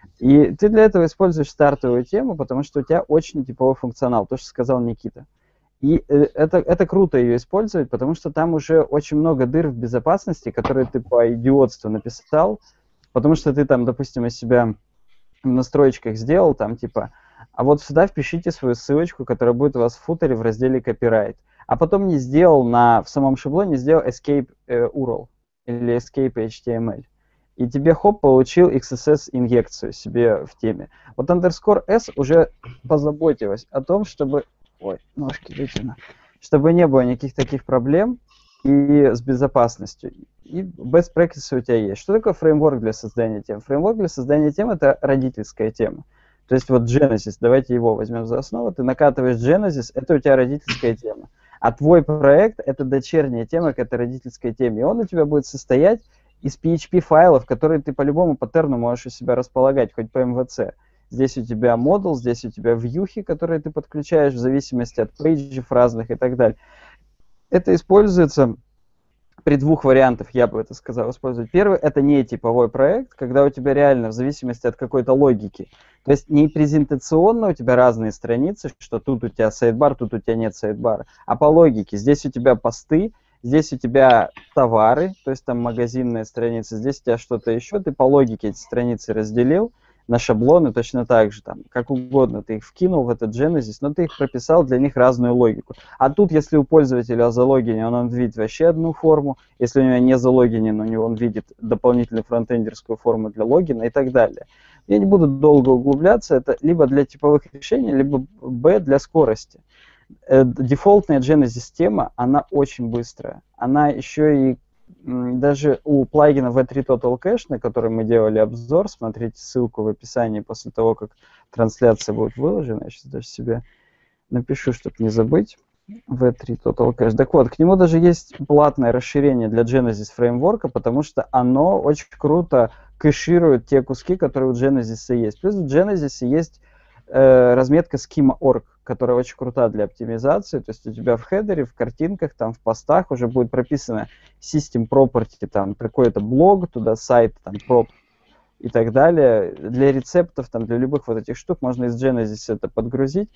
И ты для этого используешь стартовую тему, потому что у тебя очень типовой функционал, то, что сказал Никита. И это круто ее использовать, потому что там уже очень много дыр в безопасности, которые ты по идиотству написал, потому что ты там, допустим, из себя в настроечках сделал, там типа, а вот сюда впишите свою ссылочку, которая будет у вас в футере в разделе Copyright. А потом не сделал в самом шаблоне, сделал escape URL или escape HTML. И тебе, хоп, получил XSS-инъекцию себе в теме. Вот _s уже позаботилась о том, чтобы... Ой, ножки вытяну. Чтобы не было никаких таких проблем и с безопасностью. И best practices у тебя есть. Что такое фреймворк для создания тем? Фреймворк для создания тем — это родительская тема. То есть вот Genesis, давайте его возьмем за основу, ты накатываешь Genesis, это у тебя родительская тема. А твой проект — это дочерняя тема к этой родительской теме. И он у тебя будет состоять из PHP-файлов, которые ты по любому паттерну можешь у себя располагать, хоть по MVC. Здесь у тебя модул, здесь у тебя вьюхи, которые ты подключаешь в зависимости от пейджев разных и так далее. Это используется при двух вариантах, я бы это сказал, использовать. Первый — это не типовой проект, когда у тебя реально в зависимости от какой-то логики. То есть не презентационно у тебя разные страницы, что тут у тебя сайдбар, тут у тебя нет сайдбара, а по логике. Здесь у тебя посты, здесь у тебя товары, то есть там магазинная страница, здесь у тебя что-то еще, ты по логике эти страницы разделил на шаблоны точно так же, там, как угодно, ты их вкинул в этот Genesis, но ты их прописал для них разную логику. А тут, если у пользователя залогинен, он видит вообще одну форму, если у него не залогинен, у него он видит дополнительную фронтендерскую форму для логина и так далее. Я не буду долго углубляться, это либо для типовых решений, либо для скорости. Дефолтная Genesis-тема, она очень быстрая, она еще и даже у плагина V3 Total Cache, на который мы делали обзор, смотрите ссылку в описании после того, как трансляция будет выложена. Я сейчас даже себе напишу, чтобы не забыть. V3 Total Cache. Так вот, к нему даже есть платное расширение для Genesis фреймворка, потому что оно очень круто кэширует те куски, которые у Genesis есть. Плюс в Genesis есть разметка schema.org, которая очень крута для оптимизации. То есть у тебя в хедере, в картинках, там в постах уже будет прописано system property, там какой-то блог, туда сайт, там prop и так далее. Для рецептов, там для любых вот этих штук можно из Genesis это подгрузить.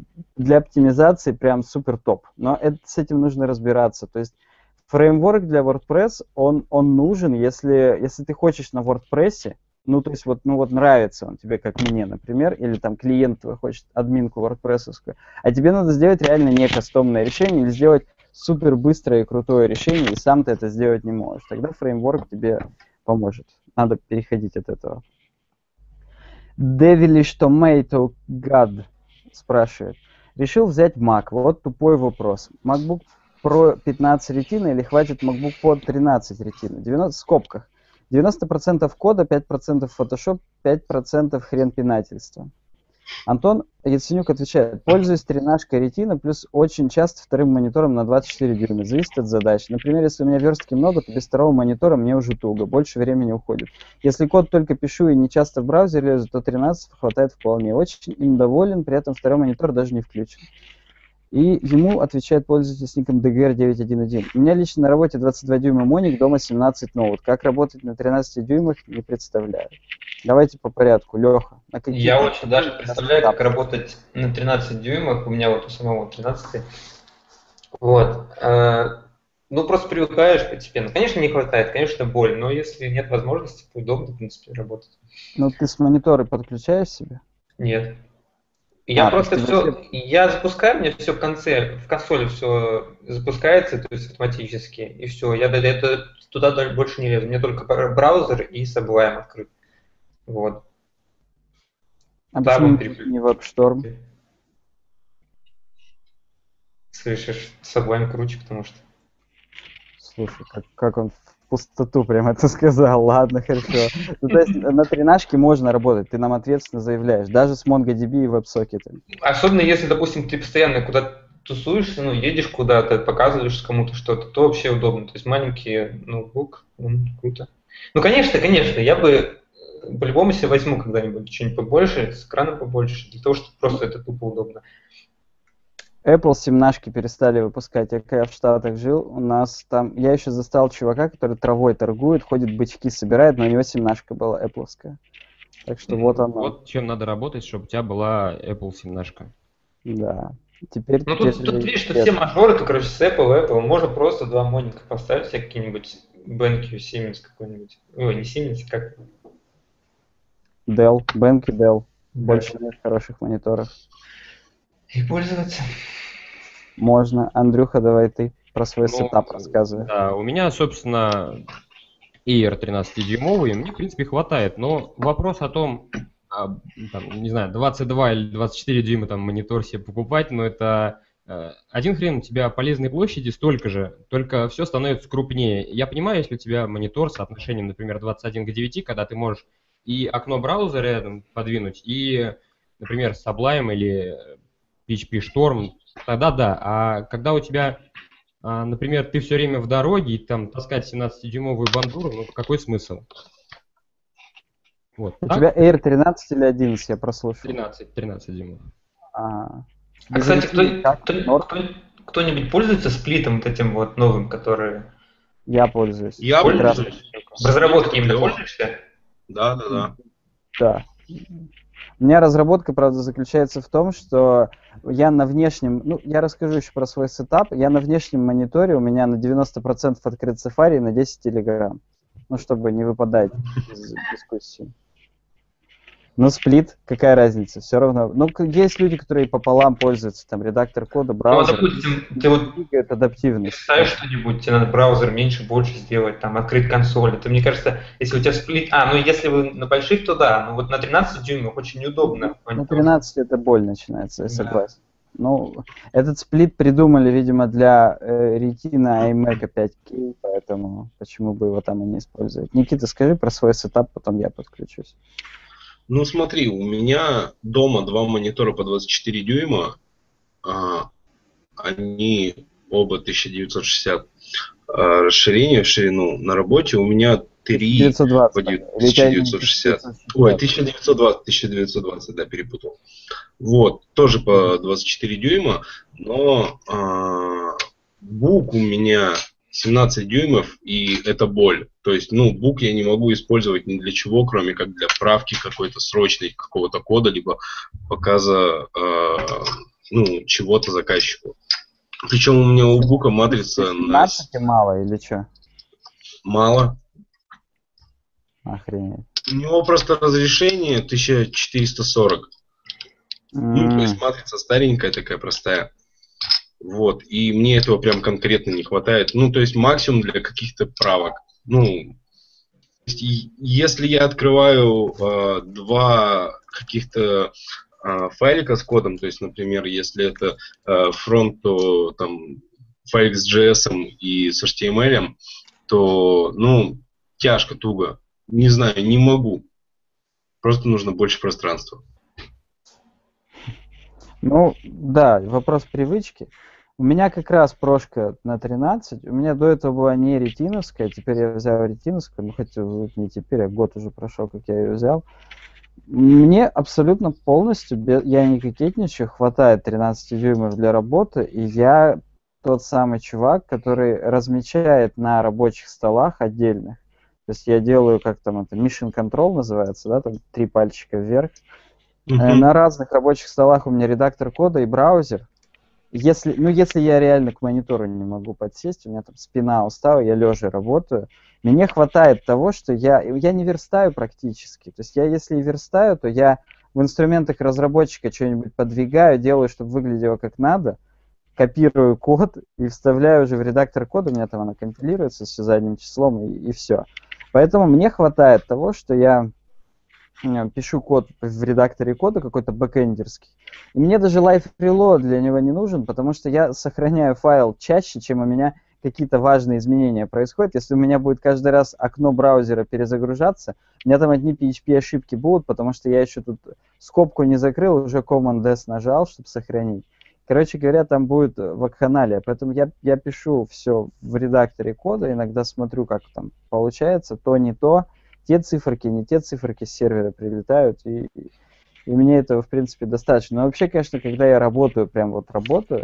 Для оптимизации прям супер топ. Но с этим нужно разбираться. То есть фреймворк для WordPress, он нужен, если ты хочешь на WordPress, ну, то есть, вот нравится он тебе, как мне, например, или там клиент твой хочет админку WordPress-овскую, а тебе надо сделать реально не кастомное решение или сделать супер быстрое и крутое решение, и сам ты это сделать не можешь. Тогда фреймворк тебе поможет. Надо переходить от этого. Devilish Tomato God спрашивает. Решил взять Mac. Вот тупой вопрос. MacBook Pro 15 Retina или хватит MacBook Pro 13 Retina? В скобках. 90% кода, 5% Photoshop, 5% хрен пинательства. Антон Яценюк отвечает: пользуюсь тренажкой Retina, плюс очень часто вторым монитором на 24 дюйма. Зависит от задач. Например, если у меня верстки много, то без второго монитора мне уже туго, больше времени уходит. Если код только пишу и не часто в браузере лезу, то 13 хватает вполне. Очень им доволен, при этом второй монитор даже не включен. И ему отвечает пользователь с ником DGR911. У меня лично на работе 22 дюйма моник, дома 17 ноут. Как работать на 13 дюймах, не представляю. Давайте по порядку. Леха, на какие... Я очень даже представляю, как работать на 13 дюймах. У меня вот у самого 13. Вот. Ну, просто привыкаешь постепенно. Конечно, не хватает, конечно, боль, но если нет возможности, то удобно, в принципе, работать. Ну, ты с монитора подключаешь себе? Нет. Я просто то есть все, вообще- я запускаю, мне все в консоли все запускается, то есть автоматически, и все. Я туда даже больше не лезу. Мне только браузер и Sublime открыт. Вот. А Да, почему вам не WebStorm? Слышишь, Sublime круче, потому что. Слушай, как он в пустоту прям это сказал. Ладно, хорошо. Ну, то есть на тренажке можно работать, ты нам ответственно заявляешь, даже с MongoDB и WebSocket. Особенно если, допустим, ты постоянно куда-то тусуешься, ну, едешь куда-то, показываешь кому-то что-то, то вообще удобно. То есть маленький ноутбук, круто. Ну, конечно, я бы по-любому себе возьму когда-нибудь что-нибудь побольше, с экраном побольше, для того, чтобы просто это тупо удобно. Apple 17 перестали выпускать. Я когда в Штатах жил, у нас там... Я еще застал чувака, который травой торгует, ходит, бычки собирает, но у него 17 была Apple-овская. Так что вот оно. Вот чем надо работать, чтобы у тебя была Apple 17. Да. Теперь... Ну, тут видишь, что все мажоры, то, короче, с Apple, можно просто два моника поставить, себе какие-нибудь BenQ Siemens какой-нибудь. Ой, не Siemens, как... Dell, BenQ Dell. Больше нет хороших мониторов. И пользоваться. Можно. Андрюха, давай ты про свой сетап рассказывай. Да, у меня, собственно, Air 13-дюймовый, мне, в принципе, хватает. Но вопрос о том, там, не знаю, 22 или 24 дюйма там монитор себе покупать, но это один хрен, у тебя полезной площади столько же, только все становится крупнее. Я понимаю, если у тебя монитор с соотношением, например, 21 к 9, когда ты можешь и окно браузера рядом подвинуть, и, например, Sublime или PHP Storm, тогда да. А когда у тебя, например, ты все время в дороге и там таскать 17-дюймовую бандуру, ну какой смысл? Вот. У тебя Air 13 или 11, я прослушал? 13 дюймов. Кстати, кто-нибудь пользуется сплитом вот этим вот новым, который... Я пользуюсь. Я пользуюсь. В разработке именно пользуешься? Да. Да. У меня разработка, правда, заключается в том, что я на внешнем... Ну, я расскажу еще про свой сетап. Я на внешнем мониторе, у меня на 90% открыт Safari на 10 Telegram. Ну, чтобы не выпадать из дискуссии. Ну, сплит, какая разница, все равно. Ну, есть люди, которые пополам пользуются, там, редактор кода, браузер. Ну, допустим, ты вот двигает адаптивность. ставишь что-нибудь, тебе надо браузер меньше, больше сделать, там, открыть консоль. Это, мне кажется, если у тебя сплит... ну, если вы на больших, то да, но вот на 13 дюймов очень неудобно. На 13 это боль начинается, я согласен. Ну, этот сплит придумали, видимо, для Retina iMac 5K, поэтому почему бы его там и не использовать. Никита, скажи про свой сетап, потом я подключусь. Ну смотри, у меня дома два монитора по 24 дюйма, они оба 1960 расширение в ширину. На работе у меня 3 920, по 1960. Ой, 1920, да, перепутал. Вот, тоже по 24 дюйма, но бук у меня 17 дюймов, и это боль. То есть, бук я не могу использовать ни для чего, кроме как для правки какой-то срочной какого-то кода, либо показа чего-то заказчику. Причем у меня у бука матрица... 17 мало или что? Мало. Охренеть. У него просто разрешение 1440. То есть матрица старенькая такая, простая. Вот, и мне этого прям конкретно не хватает. То есть максимум для каких-то правок. Если я открываю два каких-то файлика с кодом, то есть, например, если это фронт, то там файлик с JS и с HTML, то, тяжко, туго. Не знаю, не могу. Просто нужно больше пространства. Ну, да, вопрос привычки. У меня как раз прошка на 13. У меня до этого была не ретиновская, теперь я взял ретиновскую, ну хотя не теперь, а год уже прошел, как я ее взял. Мне абсолютно полностью, я не кокетничаю, хватает 13 дюймов для работы, и я тот самый чувак, который размечает на рабочих столах отдельных. То есть я делаю, как там это, Mission Control называется, да, там 3 пальчика вверх. На разных рабочих столах у меня редактор кода и браузер. Если я реально к монитору не могу подсесть, у меня там спина устала, я лежа работаю, мне хватает того, что я не верстаю практически. То есть если и верстаю, то я в инструментах разработчика что-нибудь подвигаю, делаю, чтобы выглядело как надо, копирую код и вставляю уже в редактор кода, у меня там она компилируется все задним числом и все. Поэтому мне хватает того, что я пишу код в редакторе кода, какой-то бэкэндерский. И мне даже live reload для него не нужен, потому что я сохраняю файл чаще, чем у меня какие-то важные изменения происходят. Если у меня будет каждый раз окно браузера перезагружаться, у меня там одни PHP-ошибки будут, потому что я еще тут скобку не закрыл, уже Command-S нажал, чтобы сохранить. Короче говоря, там будет вакханалия. Поэтому я пишу все в редакторе кода, иногда смотрю, как там получается, то не то. Те циферки, не те циферки с сервера прилетают, и мне этого, в принципе, достаточно. Но вообще, конечно, когда я работаю, прям вот работаю,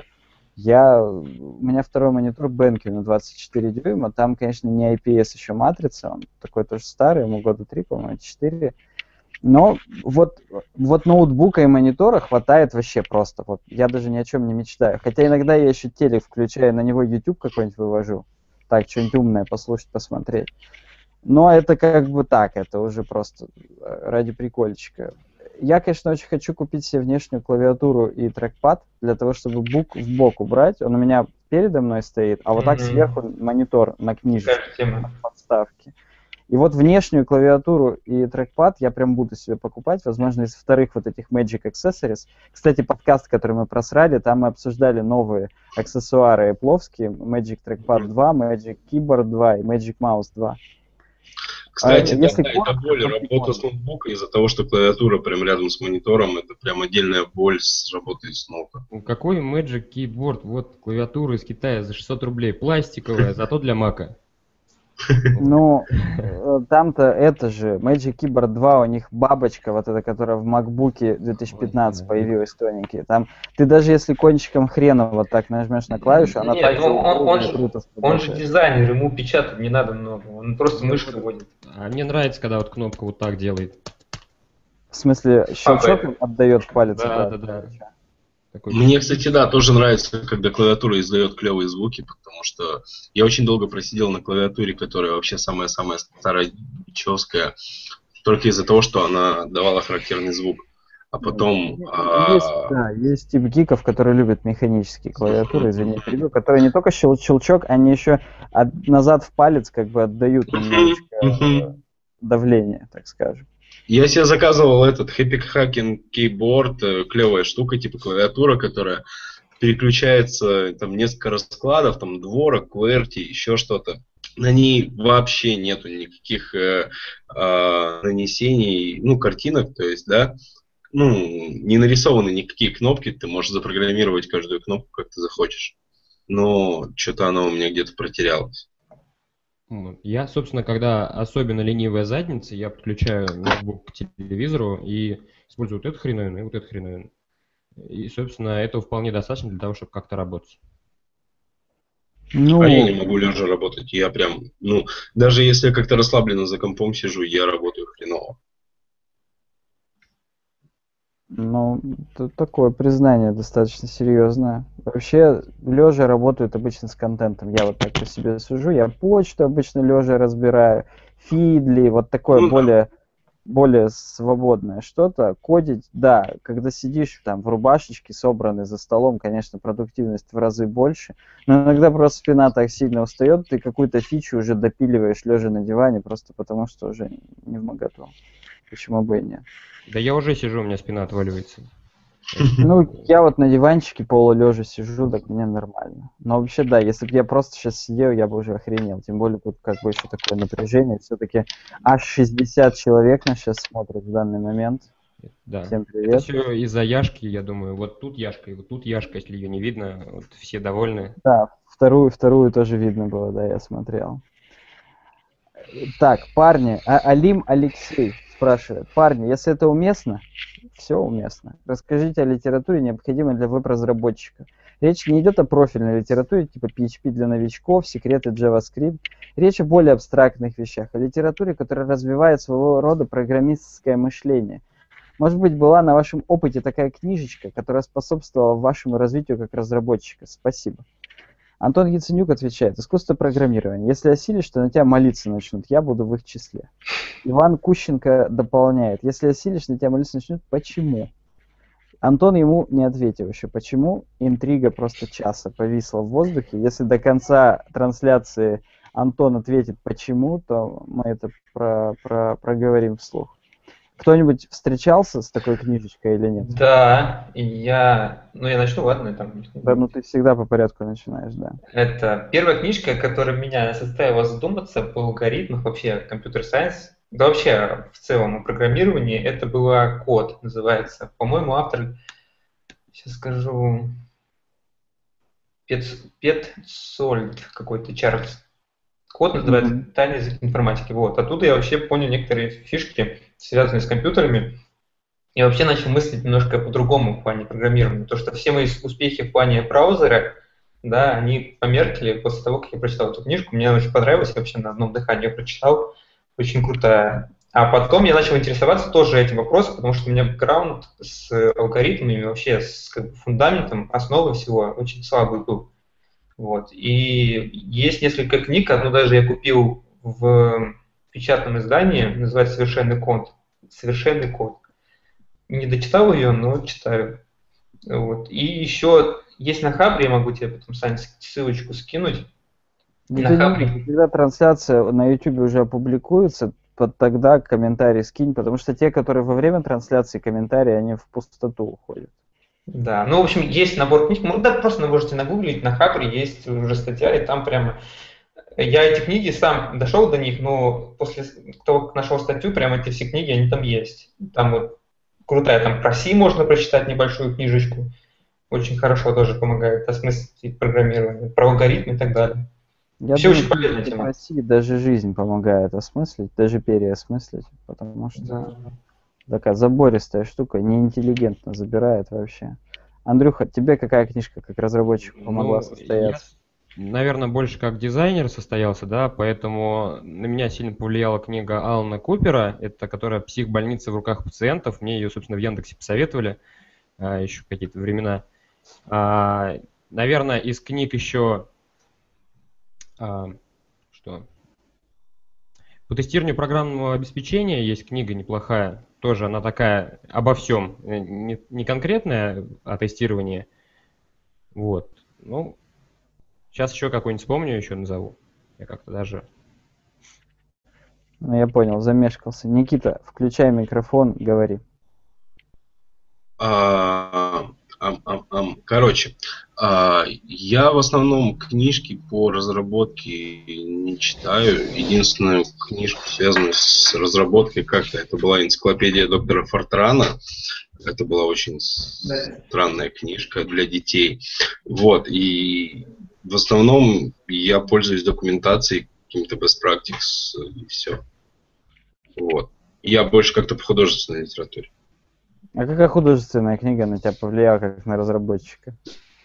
у меня второй монитор BenQ на 24 дюйма, там, конечно, не IPS еще матрица, он такой тоже старый, ему года 3, по-моему, 4. Но вот ноутбука и монитора хватает вообще просто. Вот я даже ни о чем не мечтаю. Хотя иногда я еще телек включаю, на него YouTube какой-нибудь вывожу. Так, что-нибудь умное послушать, посмотреть. Но это как бы так, это уже просто ради прикольчика. Я, конечно, очень хочу купить себе внешнюю клавиатуру и трекпад для того, чтобы бук в бок убрать. Он у меня передо мной стоит, а вот так сверху монитор на книжечке, на подставке. И вот внешнюю клавиатуру и трекпад я прям буду себе покупать, возможно, из вторых вот этих Magic Accessories. Кстати, подкаст, который мы просрали, там мы обсуждали новые аксессуары Apple-овские, Magic Trackpad 2, Magic Keyboard 2 и Magic Mouse 2. Кстати, это боль, работа с ноутбука из-за того, что клавиатура прям рядом с монитором, это прям отдельная боль с работой с ноута. Какой Magic Keyboard? Вот клавиатура из Китая за 600 рублей, пластиковая, зато для Мака. Ну, там-то это же, Magic Keyboard 2, у них бабочка, вот эта, которая в MacBook 2015 появилась тоненькие. Там ты даже если кончиком хрена вот так нажмешь на клавишу, она так же круто. Он же дизайнер, ему печатать не надо много, он просто мышкой водит. А мне нравится, когда вот кнопка вот так делает. В смысле, щелчок отдает палец? Да. Мне, кстати, да, тоже нравится, когда клавиатура издает клевые звуки, потому что я очень долго просидел на клавиатуре, которая вообще самая-самая старая бичевская, только из-за того, что она давала характерный звук. А потом... Есть тип гиков, которые любят механические клавиатуры, извини, которые не только щелчок, они еще назад в палец как бы отдают немножечко давление, так скажем. Я себе заказывал этот Happy Hacking Keyboard, клевая штука, типа клавиатура, которая переключается, там несколько раскладов, там дворок, QWERTY, еще что-то. На ней вообще нету никаких нанесений, картинок, то есть, да, не нарисованы никакие кнопки, ты можешь запрограммировать каждую кнопку, как ты захочешь. Но что-то она у меня где-то протерялась. Я, собственно, когда особенно ленивая задница, я подключаю ноутбук к телевизору и использую вот эту хреновину и вот эту хреновину. И, собственно, этого вполне достаточно для того, чтобы как-то работать. А я не могу лежа работать. Я прям, даже если я как-то расслабленно за компом сижу, я работаю хреново. Это такое признание достаточно серьезное. Вообще, лежа работают обычно с контентом. Я вот так по себе сужу, я почту обычно лежа разбираю, фидли, вот такое более свободное что-то. Кодить, да, когда сидишь там в рубашечке, собранный за столом, конечно, продуктивность в разы больше. Но иногда просто спина так сильно устает, ты какую-то фичу уже допиливаешь лежа на диване, просто потому что уже не вмоготу. Почему бы и нет? Да я уже сижу, у меня спина отваливается. Я вот на диванчике полулежа сижу, так мне нормально. Но вообще, да, если бы я просто сейчас сидел, я бы уже охренел. Тем более тут как бы еще такое напряжение. Все-таки аж 60 человек нас сейчас смотрят в данный момент. Да. Всем Это привет. все из-за Яшки, я думаю. Вот тут Яшка, и вот тут Яшка, если ее не видно, вот все довольны. Да, вторую тоже видно было, да, я смотрел. Так, парни, Алим Алексей спрашивает. Парни, если это уместно, все уместно. Расскажите о литературе, необходимой для веб-разработчика. Речь не идет о профильной литературе, типа PHP для новичков, секреты JavaScript. Речь о более абстрактных вещах, о литературе, которая развивает своего рода программистское мышление. Может быть, была на вашем опыте такая книжечка, которая способствовала вашему развитию как разработчика. Спасибо. Антон Яценюк отвечает. Искусство программирования. Если осилишь, то на тебя молиться начнут. Я буду в их числе. Иван Кущенко дополняет. Если осилишь, на тебя молиться начнут. Почему? Антон ему не ответил еще. Почему? Интрига просто часа повисла в воздухе. Если до конца трансляции Антон ответит почему, то мы это проговорим вслух. Кто-нибудь встречался с такой книжечкой или нет? Да, я начну, ладно, там. Да, ну ты всегда по порядку начинаешь, да. Это первая книжка, которая меня заставила задуматься по алгоритмах, вообще компьютер-сайенс, да вообще в целом о программировании, это была «Код», называется. По-моему, автор, сейчас скажу, Петцольд какой-то, Чарльз. Код называется «Тайный язык информатики». Вот. Оттуда я вообще понял некоторые фишки, связанные с компьютерами. Я вообще начал мыслить немножко по-другому в плане программирования. То, что все мои успехи в плане браузера, да, они померкли после того, как я прочитал эту книжку. Мне она очень понравилась, я вообще на одном дыхании ее прочитал. Очень крутая. А потом я начал интересоваться тоже этим вопросом, потому что у меня бэкграунд с алгоритмами, вообще с фундаментом, основой всего очень слабый был. Вот. И есть несколько книг, одну даже я купил в печатном издании, называется «Совершенный код». «Совершенный код». Не дочитал ее, но читаю. Вот. И еще есть на Хабре, я могу тебе потом, Сань, ссылочку скинуть. Да когда трансляция на YouTube уже опубликуется, тогда комментарий скинь, потому что те, которые во время трансляции комментарии, они в пустоту уходят. Да, ну, в общем, есть набор книг, да, просто можете нагуглить, на Хабре есть уже статья, и там прямо... Я эти книги сам дошел до них, но после того, как нашел статью, прямо эти все книги, они там есть. Там вот крутая, там про C можно прочитать небольшую книжечку, очень хорошо тоже помогает осмыслить программирование, про алгоритмы и так далее. Я все думаю, очень полезная тема. В России даже жизнь помогает осмыслить, даже переосмыслить, потому что такая забористая штука, неинтеллигентно забирает вообще. Андрюха, тебе какая книжка как разработчику помогла состояться? Я, наверное, больше как дизайнер состоялся, да, поэтому на меня сильно повлияла книга Алана Купера, это которая «Психбольница в руках пациентов». Мне ее, собственно, в Яндексе посоветовали еще какие-то времена. Наверное, из книг еще что? По тестированию программного обеспечения есть книга неплохая, тоже она такая обо всем, не конкретная о тестировании. Вот. Ну, сейчас еще какой-нибудь вспомню, еще назову. Я как-то даже... Ну, я понял, замешкался. Никита, включай микрофон, говори. Короче, я в основном книжки по разработке не читаю. Единственную книжку, связанную с разработкой, как-то это была энциклопедия доктора Фортрана. Это была очень странная книжка для детей. Вот, и в основном я пользуюсь документацией, какими-то best practices и все. Вот. Я больше как-то по художественной литературе. А какая художественная книга на тебя повлияла, как на разработчика?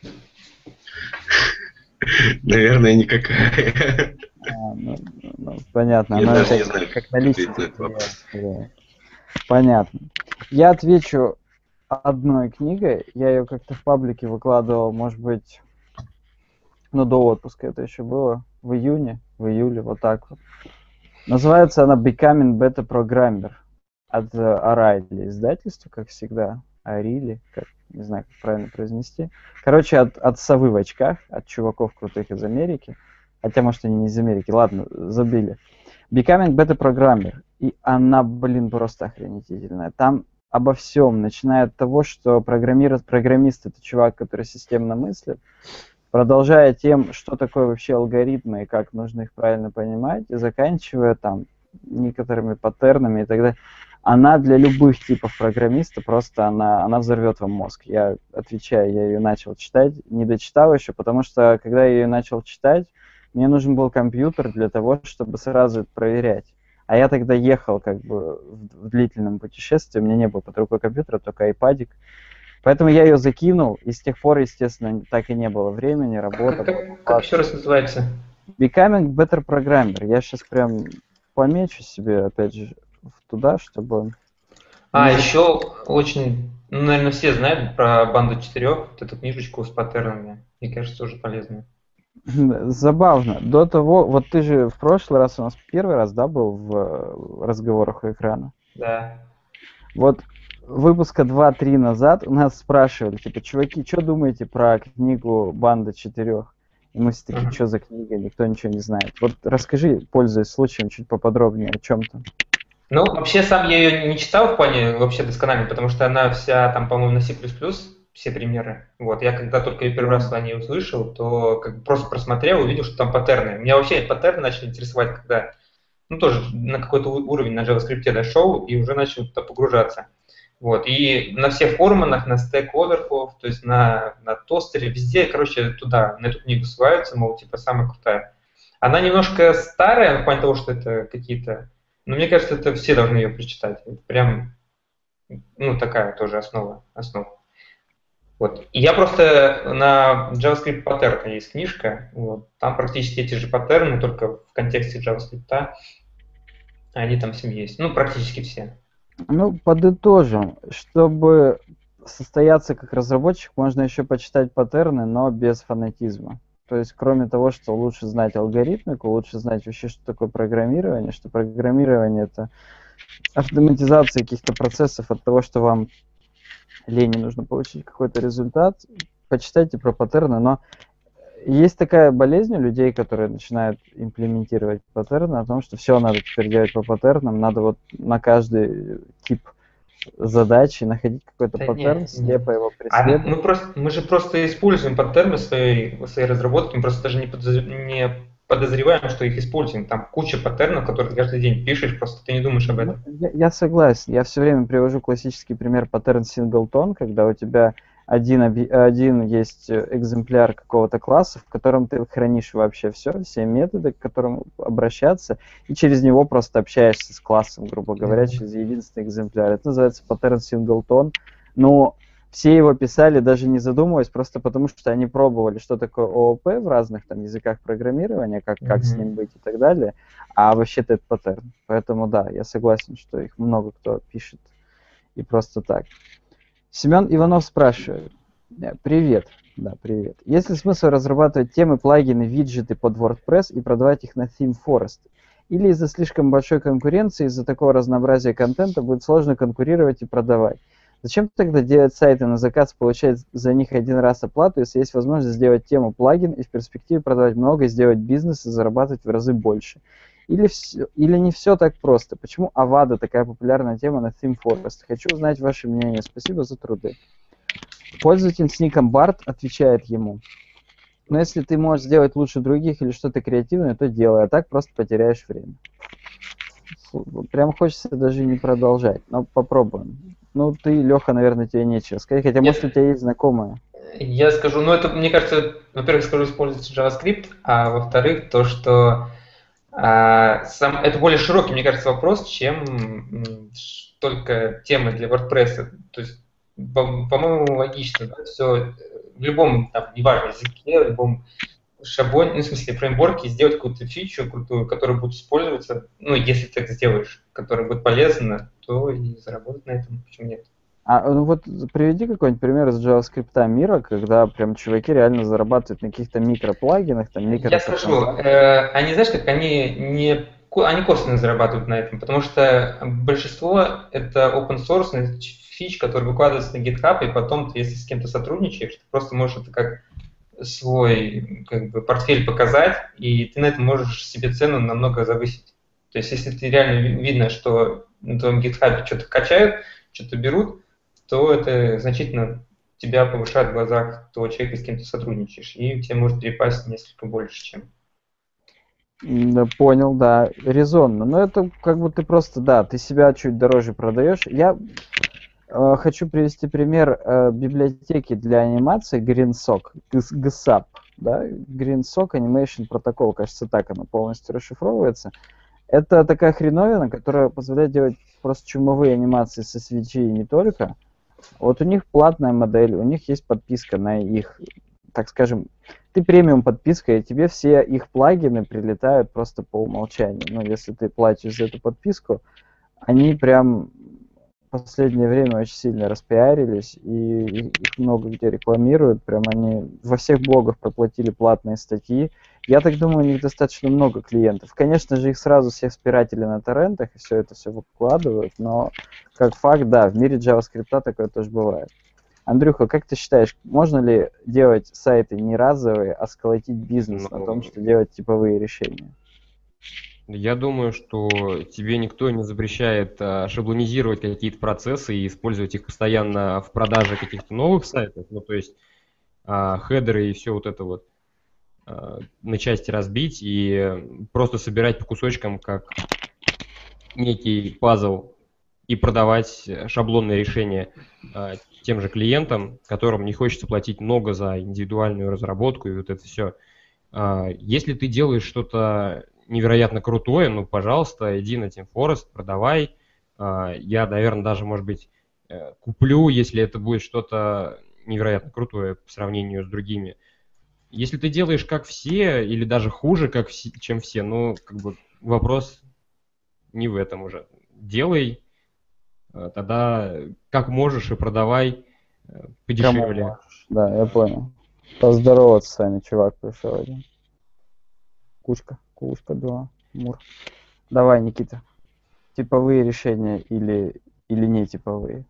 Наверное, никакая. Понятно. Я даже не знаю, как на личность. Понятно. Я отвечу одной книгой. Я ее как-то в паблике выкладывал, может быть, до отпуска это еще было, в июне, в июле, вот так вот. Называется она Becoming Better Programmer. От O'Reilly издательства, как всегда. O'Reilly, не знаю, как правильно произнести. Короче, от совы в очках, от чуваков крутых из Америки. Хотя, может, они не из Америки. Ладно, забили. Becoming Better Programmer. И она, просто охренительная. Там обо всем, начиная от того, что программист это чувак, который системно мыслит, продолжая тем, что такое вообще алгоритмы и как нужно их правильно понимать, и заканчивая там некоторыми паттернами и так далее. она для любых типов программиста, просто она взорвет вам мозг. Я отвечаю, я ее начал читать, не дочитал еще, потому что когда я ее начал читать, мне нужен был компьютер для того, чтобы сразу это проверять. А я тогда ехал как бы в длительном путешествии, у меня не было под рукой компьютера, только айпадик. Поэтому я ее закинул, и с тех пор, естественно, так и не было времени, работы. Как еще раз называется? Becoming Better Programmer. Я сейчас прям помечу себе, опять же, туда, чтобы... Еще очень, ну, наверное, все знают про банду четырех, вот эту книжечку с паттернами. Мне кажется, тоже полезно. Забавно. До того, вот ты же в прошлый раз у нас первый раз, да, был в разговорах у экрана? Да. Вот выпуска 2-3 назад у нас спрашивали, типа, чуваки, что думаете про книгу «Банда четырех»? И мы все такие, что за книга, никто ничего не знает. Вот расскажи, пользуясь случаем, чуть поподробнее о чем там. Ну, вообще, сам я ее не читал в плане вообще досконально, потому что она вся там, по-моему, на C++, все примеры. Вот, я когда только ее первый раз о ней услышал, то как бы просто просмотрел, увидел, что там паттерны. Меня вообще паттерны начали интересовать, когда, ну, тоже на какой-то уровень на JavaScript дошел и уже начал туда погружаться. Вот, и на всех форумах, на Stack Overflow, то есть на тостере, везде, короче, туда, на эту книгу ссылаются, мол, типа, самая крутая. Она немножко старая, в плане того, что это какие-то... Но мне кажется, это все должны ее прочитать. Это прям, ну, такая тоже основа. Вот. И я просто на JavaScript паттерн есть книжка, вот. Там практически эти же паттерны, только в контексте JavaScript, они там все есть. Ну, практически все. Ну, подытожим. Чтобы состояться как разработчик, можно еще почитать паттерны, но без фанатизма. То есть, кроме того, что лучше знать алгоритмику, лучше знать вообще, что такое программирование, что программирование — это автоматизация каких-то процессов от того, что вам лени нужно получить какой-то результат. Почитайте про паттерны, но есть такая болезнь у людей, которые начинают имплементировать паттерны, о том, что все надо теперь делать по паттернам, надо вот на каждый тип задачи находить какой-то паттерн, слепо его преследовать. Мы же просто используем паттерны в своей разработке, мы просто даже не подозреваем, что их используем. Там куча паттернов, которые ты каждый день пишешь, просто ты не думаешь об этом. Я согласен. Я все время привожу классический пример паттерн синглтон, когда у тебя один есть экземпляр какого-то класса, в котором ты хранишь вообще все методы, к которым обращаться, и через него просто общаешься с классом, грубо говоря, через единственный экземпляр. Это называется паттерн синглтон. Но все его писали, даже не задумываясь, просто потому что они пробовали, что такое ООП в разных там языках программирования, как с ним быть и так далее, а вообще-то это паттерн. Поэтому да, я согласен, что их много кто пишет и просто так. Семен Иванов спрашивает. Привет. Да, привет. Есть ли смысл разрабатывать темы, плагины, виджеты под WordPress и продавать их на ThemeForest? Или из-за слишком большой конкуренции, из-за такого разнообразия контента будет сложно конкурировать и продавать? Зачем тогда делать сайты на заказ, получать за них один раз оплату, если есть возможность сделать тему плагин и в перспективе продавать много, сделать бизнес и зарабатывать в разы больше? Или не все так просто? Почему Avada такая популярная тема на ThemeForest? Хочу узнать ваше мнение. Спасибо за труды. Пользователь с ником Барт отвечает ему. Но если ты можешь сделать лучше других или что-то креативное, то делай, а так просто потеряешь время. Прям хочется даже не продолжать, но попробуем. Ну, ты, Леха, наверное, тебе нечего сказать, хотя, может, у тебя есть знакомые. Я скажу, ну, это, мне кажется, во-первых, скажу, используется JavaScript, а во-вторых, то, что это более широкий, мне кажется, вопрос, чем только темы для WordPress. То есть, по-моему, логично, да, все в любом, там, неважно, языке, в любом шаблоне, ну, в смысле, фреймворке сделать какую-то фичу крутую, которая будет использоваться, ну, если ты это сделаешь, которая будет полезна, то и заработать на этом, почему нет? Ну вот приведи какой-нибудь пример из JavaScript мира, когда прям чуваки реально зарабатывают на каких-то микроплагинах, там Я скажу, они, знаешь, как они косвенно зарабатывают на этом, потому что большинство это open source фич, которые выкладываются на GitHub, и потом ты, если с кем-то сотрудничаешь, ты просто можешь это как свой как бы портфель показать, и ты на этом можешь себе цену намного завысить. То есть, если ты реально видно, что на твоем GitHub что-то качают, что-то берут, то это значительно тебя повышает в глазах того человека, с кем ты сотрудничаешь, и тебе может перепасть несколько больше, чем. Да, понял, да, резонно. Но это как бы ты просто, да, ты себя чуть дороже продаешь. Я хочу привести пример библиотеки для анимации GreenSock, GSAP, да, GreenSock Animation Protocol, кажется, так оно полностью расшифровывается. Это такая хреновина, которая позволяет делать просто чумовые анимации со свечи и не только. Вот у них платная модель, у них есть подписка на их, так скажем, ты премиум подписка, и тебе все их плагины прилетают просто по умолчанию. Ну, если ты платишь за эту подписку, они прям в последнее время очень сильно распиарились, и их много где рекламируют, прям они во всех блогах проплатили платные статьи. Я так думаю, у них достаточно много клиентов. Конечно же, их сразу всех спиратели на торрентах, и все это все выкладывают, но как факт, да, в мире JavaScript такое тоже бывает. Андрюха, как ты считаешь, можно ли делать сайты не разовые, а сколотить бизнес на том, что делать типовые решения? Я думаю, что тебе никто не запрещает шаблонизировать какие-то процессы и использовать их постоянно в продаже каких-то новых сайтов. Ну, то есть хедеры и все вот это вот на части разбить и просто собирать по кусочкам как некий пазл и продавать шаблонное решение тем же клиентам, которым не хочется платить много за индивидуальную разработку и вот это все. Если ты делаешь что-то невероятно крутое, ну, пожалуйста, иди на Team Forest, продавай. Я, наверное, даже, может быть, куплю, если это будет что-то невероятно крутое по сравнению с другими. Если ты делаешь как все, или даже хуже, чем все, ну, как бы вопрос не в этом уже. Делай, тогда как можешь и продавай подешевле. Кому можешь? Да, я понял. Поздороваться с вами, чувак, пришел один. Кучка, 2, Мур. Давай, Никита. Типовые решения или не типовые?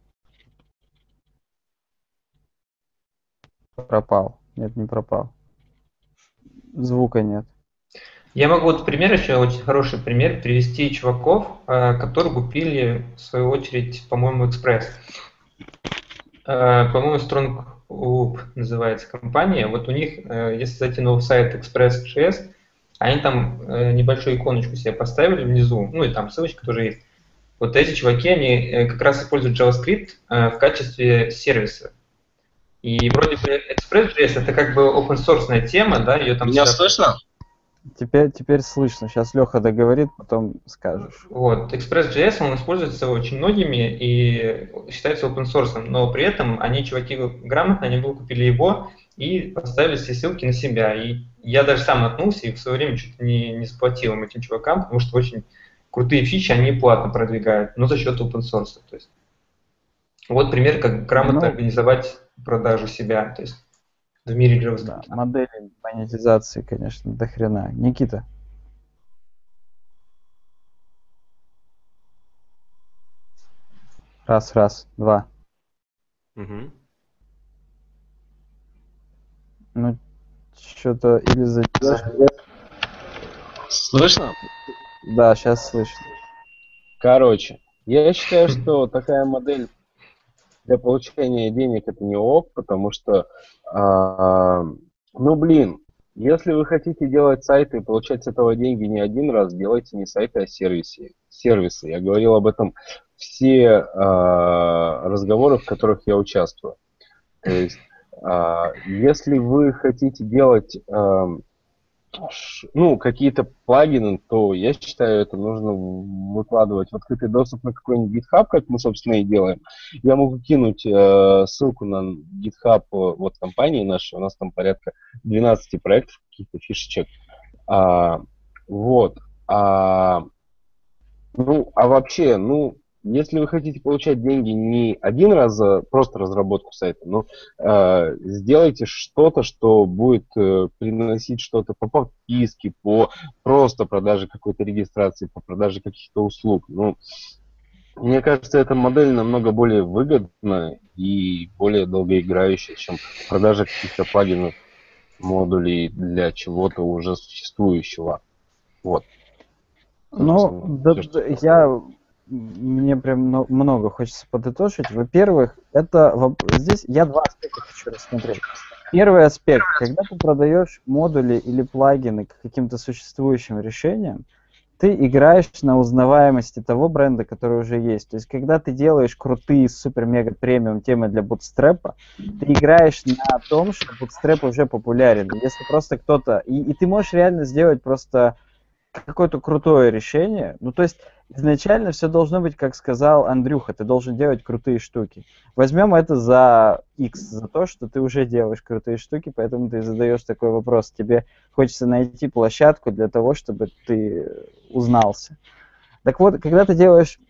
Пропал. Нет, не пропал. Звука нет. Я могу вот пример еще, очень хороший пример, привести чуваков, которые купили, в свою очередь, по-моему, Express. По-моему, StrongLoop называется компания. Вот у них, если зайти на сайт Express.js, они там небольшую иконочку себе поставили внизу, ну и там ссылочка тоже есть. Вот эти чуваки, они как раз используют JavaScript в качестве сервиса. И вроде бы Express.js это как бы open source тема, да, ее там... Меня слышно? Теперь слышно. Сейчас Леха договорит, потом скажешь. Вот, Express.js, он используется очень многими и считается open source, но при этом они, чуваки, грамотно, они выкупили его и поставили все ссылки на себя. И я даже сам наткнулся и в свое время чуть не заплатил этим чувакам, потому что очень крутые фичи они платно продвигают, но за счет open source. То есть, вот пример, как грамотно организовать продажу себя, то есть в мире JavaScript. Да, модели монетизации, конечно, до хрена. Никита. Раз, 2. Угу. Ну, что-то или за... Слышно? Да, сейчас слышно. Короче, я считаю, что такая модель для получения денег это не ок, потому что, ну блин, если вы хотите делать сайты и получать с этого деньги не один раз, делайте не сайты, а сервисы. Я говорил об этом все разговоры, в которых я участвую. То есть, если вы хотите делать какие-то плагины, то я считаю, это нужно выкладывать в открытый доступ на какой-нибудь GitHub, как мы, собственно, и делаем. Я могу кинуть ссылку на GitHub вот компании нашей, у нас там порядка 12 проектов, каких-то фишечек. Вообще, если вы хотите получать деньги не один раз за просто разработку сайта, но сделайте что-то, что будет приносить что-то по подписке, по просто продаже какой-то регистрации, по продаже каких-то услуг. Мне кажется, эта модель намного более выгодна и более долгоиграющая, чем продажа каких-то плагинов, модулей для чего-то уже существующего. Вот. Мне прям много хочется подытожить. Во-первых, здесь я два аспекта хочу рассмотреть. Первый аспект. Когда ты продаешь модули или плагины к каким-то существующим решениям, ты играешь на узнаваемости того бренда, который уже есть. То есть, когда ты делаешь крутые супер-мега-премиум темы для бутстрепа, ты играешь на том, что бутстреп уже популярен. Если просто кто-то... И ты можешь реально сделать просто какое-то крутое решение. Ну, то есть, изначально все должно быть, как сказал Андрюха, ты должен делать крутые штуки. Возьмем это за X, за то, что ты уже делаешь крутые штуки, поэтому ты задаешь такой вопрос. Тебе хочется найти площадку для того, чтобы ты узнался. Так вот, когда ты делаешь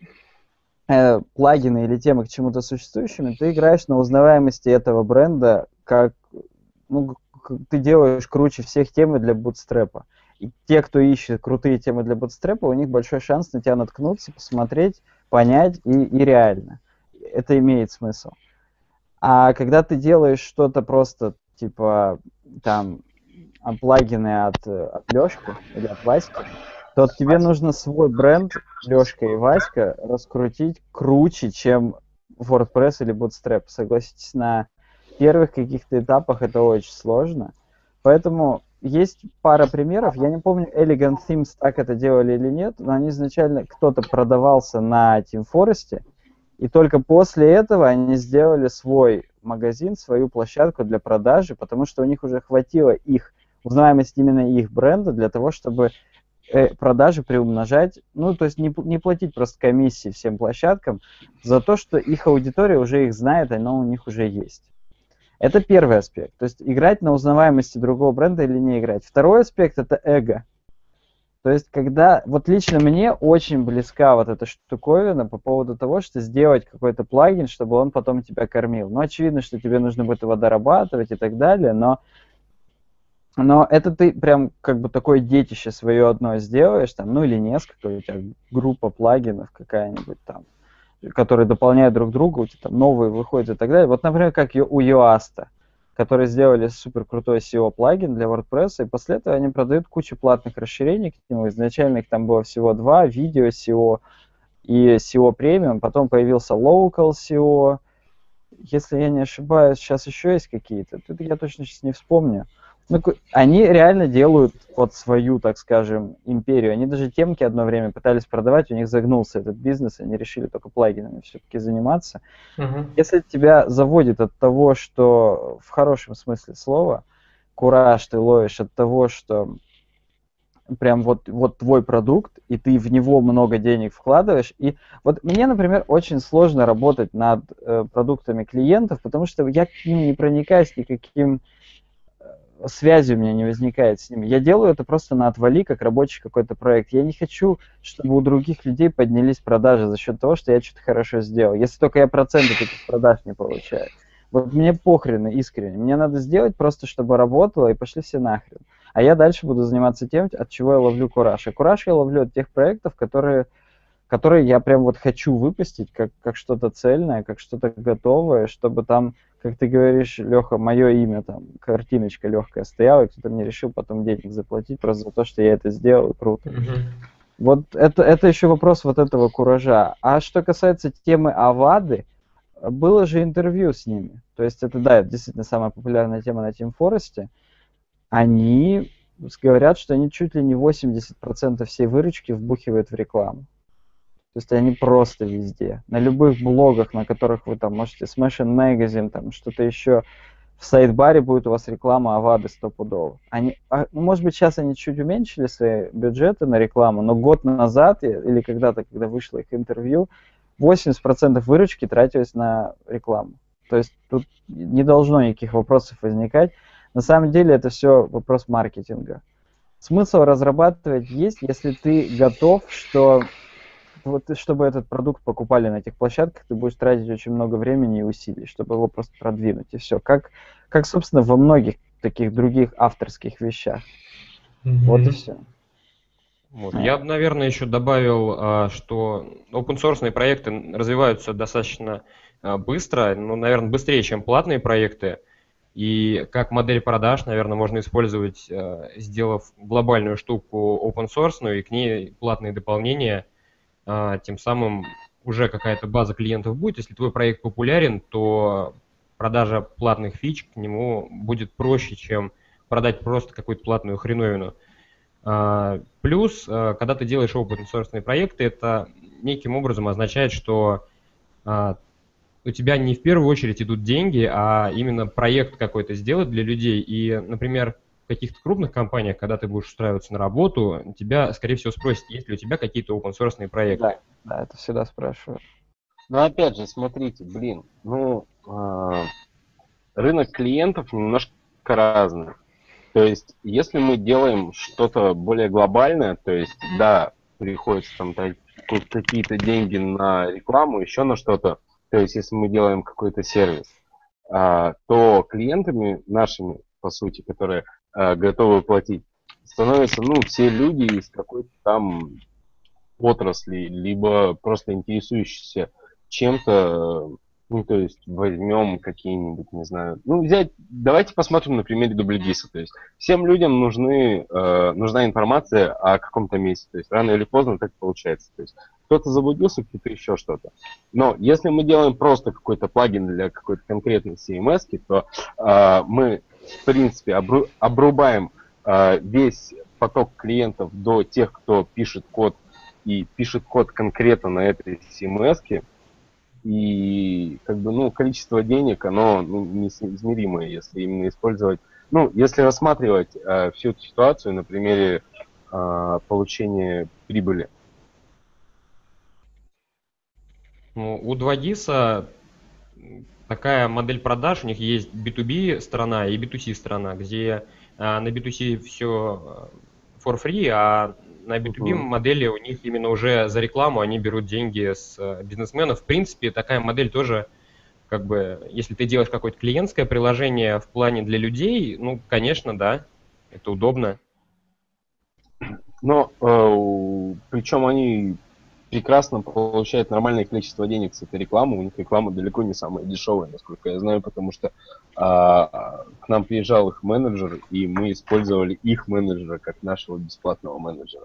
плагины или темы к чему-то существующему, ты играешь на узнаваемости этого бренда, как ну, ты делаешь круче всех темы для бутстрепа. И те, кто ищет крутые темы для бутстрепа, у них большой шанс на тебя наткнуться, посмотреть, понять и реально. Это имеет смысл. А когда ты делаешь что-то просто, типа, там, плагины от Лёшки или от Васьки, то тебе нужно свой бренд, Лёшка и Васька, раскрутить круче, чем WordPress или Bootstrap. Согласитесь, на первых каких-то этапах это очень сложно. Поэтому есть пара примеров. Я не помню, Elegant Themes так это делали или нет, но они изначально, кто-то продавался на TeamForest, и только после этого они сделали свой магазин, свою площадку для продажи, потому что у них уже хватило их узнаваемости именно их бренда для того, чтобы продажи приумножать, ну, то есть не платить просто комиссии всем площадкам за то, что их аудитория уже их знает, оно у них уже есть. Это первый аспект. То есть играть на узнаваемости другого бренда или не играть. Второй аспект – это эго. То есть когда, вот лично мне очень близка вот эта штуковина по поводу того, что сделать какой-то плагин, чтобы он потом тебя кормил. Ну, очевидно, что тебе нужно будет его дорабатывать и так далее, но это ты прям как бы такое детище свое одно сделаешь, там, ну или несколько, у тебя группа плагинов какая-нибудь там, которые дополняют друг друга, у тебя там новые выходят и так далее. Вот, например, как у Yoast, которые сделали супер крутой SEO-плагин для WordPress, и после этого они продают кучу платных расширений к нему. Изначально их там было всего 2, видео SEO и SEO премиум, потом появился Local SEO. Если я не ошибаюсь, сейчас еще есть какие-то, тут я точно сейчас не вспомню. Ну, они реально делают вот свою, так скажем, империю. Они даже темки одно время пытались продавать, у них загнулся этот бизнес, они решили только плагинами все-таки заниматься. Если тебя заводит от того, что в хорошем смысле слова, кураж ты ловишь от того, что прям вот твой продукт, и ты в него много денег вкладываешь. И вот мне, например, очень сложно работать над продуктами клиентов, потому что я к ним не проникаюсь никаким... связи у меня не возникает с ними. Я делаю это просто на отвали, как рабочий какой-то проект. Я не хочу, чтобы у других людей поднялись продажи за счет того, что я что-то хорошо сделал. Если только я проценты таких продаж не получаю. Вот мне похрен, искренне. Мне надо сделать просто, чтобы работало, и пошли все нахрен. А я дальше буду заниматься тем, от чего я ловлю кураж. А кураж я ловлю от тех проектов, которые я прям вот хочу выпустить, как что-то цельное, как что-то готовое, чтобы там, как ты говоришь, Леха, мое имя, там, картиночка легкая стояла, и кто-то мне решил потом денег заплатить просто за то, что я это сделал, и круто. Вот это еще вопрос вот этого куража. А что касается темы Авады, было же интервью с ними. То есть это, да, это действительно самая популярная тема на TeamForest. Они говорят, что они чуть ли не 80% всей выручки вбухивают в рекламу. То есть они просто везде. На любых блогах, на которых вы там можете, Smashing Magazine, там что-то еще, в сайт-баре будет у вас реклама Авады стопудово. Может быть, сейчас они чуть уменьшили свои бюджеты на рекламу, но год назад или когда-то, когда вышло их интервью, 80% выручки тратилось на рекламу. То есть тут не должно никаких вопросов возникать. На самом деле это все вопрос маркетинга. Смысл разрабатывать есть, если ты готов, что вот, чтобы этот продукт покупали на этих площадках, ты будешь тратить очень много времени и усилий, чтобы его просто продвинуть, и все. Как собственно, во многих таких других авторских вещах. Вот и все. Вот. Я бы, наверное, еще добавил, что open-source проекты развиваются достаточно быстро, ну, наверное, быстрее, чем платные проекты. И как модель продаж, наверное, можно использовать, сделав глобальную штуку open-source, и к ней платные дополнения. Тем самым уже какая-то база клиентов будет. Если твой проект популярен, то продажа платных фич к нему будет проще, чем продать просто какую-то платную хреновину. Плюс, когда ты делаешь open-source проекты, это неким образом означает, что у тебя не в первую очередь идут деньги, а именно проект какой-то сделать для людей. И, например, в каких-то крупных компаниях, когда ты будешь устраиваться на работу, тебя, скорее всего, спросят, есть ли у тебя какие-то open-source проекты. Да, это всегда спрашивают. Но опять же, смотрите, рынок клиентов немножко разный. То есть, если мы делаем что-то более глобальное, то есть, да, приходится там какие-то деньги на рекламу, еще на что-то, то есть, если мы делаем какой-то сервис, то клиентами нашими, по сути, которые готовы платить, становятся, все люди из какой-то там отрасли, либо просто интересующиеся чем-то, то есть возьмем какие-нибудь, не знаю, давайте посмотрим на примере дубльгиса, то есть всем людям нужна информация о каком-то месте, то есть рано или поздно так получается, то есть кто-то заблудился, кто-то еще что-то. Но если мы делаем просто какой-то плагин для какой-то конкретной CMS, то мы, в принципе, обрубаем весь поток клиентов до тех, кто пишет код, и пишет код конкретно на этой CMS, и количество денег, оно неизмеримое, если именно использовать, если рассматривать всю эту ситуацию на примере получения прибыли. У 2GIS такая модель продаж, у них есть B2B сторона и B2C сторона, где на B2C все for free, а на B2B модели у них именно уже за рекламу они берут деньги с бизнесменов. В принципе, такая модель тоже, если ты делаешь какое-то клиентское приложение в плане для людей, конечно, да, это удобно. Но причем они прекрасно получают нормальное количество денег с этой рекламы. У них реклама далеко не самая дешевая, насколько я знаю, потому что к нам приезжал их менеджер, и мы использовали их менеджера как нашего бесплатного менеджера.